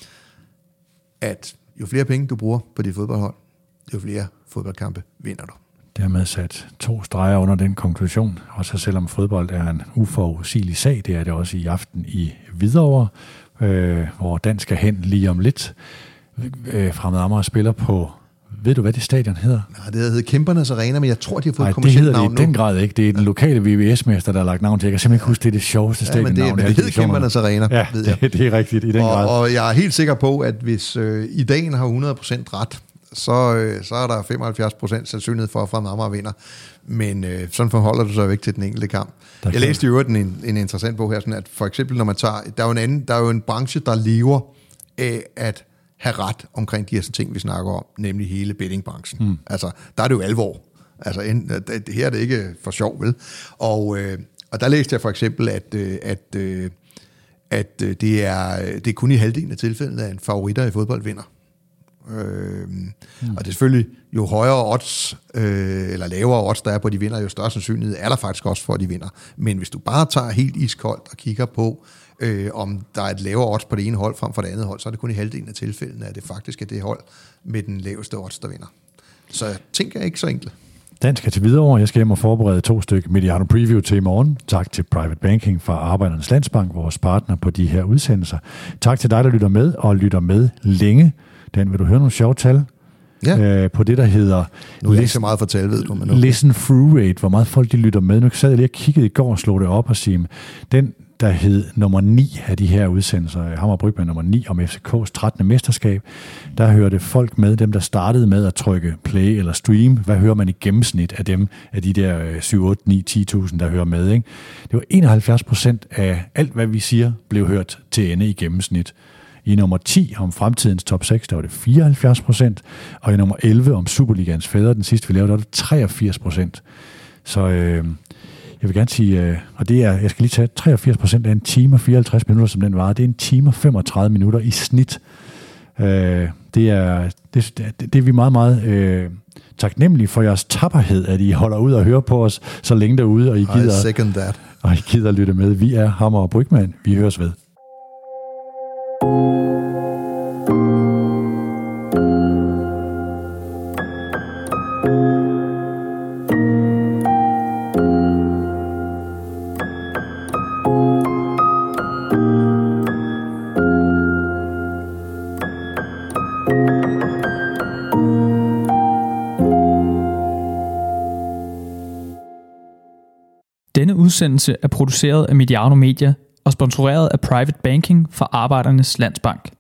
at jo flere penge du bruger på dit fodboldhold, jo flere fodboldkampe vinder du. Dermed sat 2 streger under den konklusion, også selvom fodbold er en uforudsigelig sag, det er det også i aften i Hvidovre, hvor Dan skal hen lige om lidt. Fremad Amager spiller på, ved du hvad det stadion hedder? Nej, det hedder Kæmpernes Arena, men jeg tror, de har fået et kommercielt navn nu. Det hedder det i den grad ikke. Det er den lokale VVS-mester, der har lagt navn til. Jeg kan simpelthen ikke huske, det er det sjoveste stadionnavn. Men det hedder Kæmpernes Arena, ja, ved jeg. Det er rigtigt i den grad. Og jeg er helt sikker på, at hvis i dagen har 100% ret, så er der 75% sandsynlighed for, at Fremad Amager vinder. Men sådan forholder du sig jo ikke til den enkelte kamp. Jeg læste i øvrigt en interessant bog her, sådan at for eksempel, når man tager, der er jo en branche, der lever af at have ret omkring de her ting, vi snakker om, nemlig hele bettingbranchen. Altså, der er det jo alvor. Altså, her er det ikke for sjov, vel? Og der læste jeg for eksempel, at det er kun i halvdelen af tilfældene, at en favoritter i fodbold vinder. Og det er selvfølgelig, jo højere odds, eller lavere odds der er på, at de vinder, jo større sandsynlighed er der faktisk også for, at de vinder. Men hvis du bare tager helt iskoldt og kigger på, om der er et lavere odds på det ene hold frem for det andet hold, så er det kun i halvdelen af tilfældene, at det faktisk er det hold med den laveste odds, der vinder. Så jeg tænker ikke så enkelt. Dan skal til Hvidovre. Jeg skal hjem og forberede 2 stykker Mediano Preview til i morgen. Tak til Private Banking fra Arbejdernes Landsbank, vores partner på de her udsendelser. Tak til dig, der lytter med, og lytter med længe. Dan, vil du høre nogle sjove tal? Ja. På det, der hedder... Nu er jeg ikke så meget for tal, ved du. Men listen through rate, hvor meget folk de lytter med. Nu sad jeg lige og kiggede i går og slog det op og sige, den, der hed nummer 9 af de her udsendelser, Hammer Brygman nummer 9 om FCK's 13. mesterskab, der hørte folk med, dem der startede med at trykke play eller stream. Hvad hører man i gennemsnit af dem, af de der 7, 8, 9, 10.000, der hører med? Ikke? Det var 71% af alt, hvad vi siger, blev hørt til ende i gennemsnit. I nummer 10 om fremtidens top 6, der var det 74%, og i nummer 11 om Superligans fædre, den sidste vi lavede, der var det 83%. Så jeg vil gerne sige, og det er, jeg skal lige tage 83% af en time og 54 minutter, som den var. Det er en time og 35 minutter i snit. Det er vi meget, meget taknemmelige for jeres tapperhed, at I holder ud og hører på os så længe derude, og I gider lytte med. Vi er Hammer og Brygman. Vi høres ved. Denne udsendelse er produceret af Mediano Media og sponsoreret af Private Banking fra Arbejdernes Landsbank.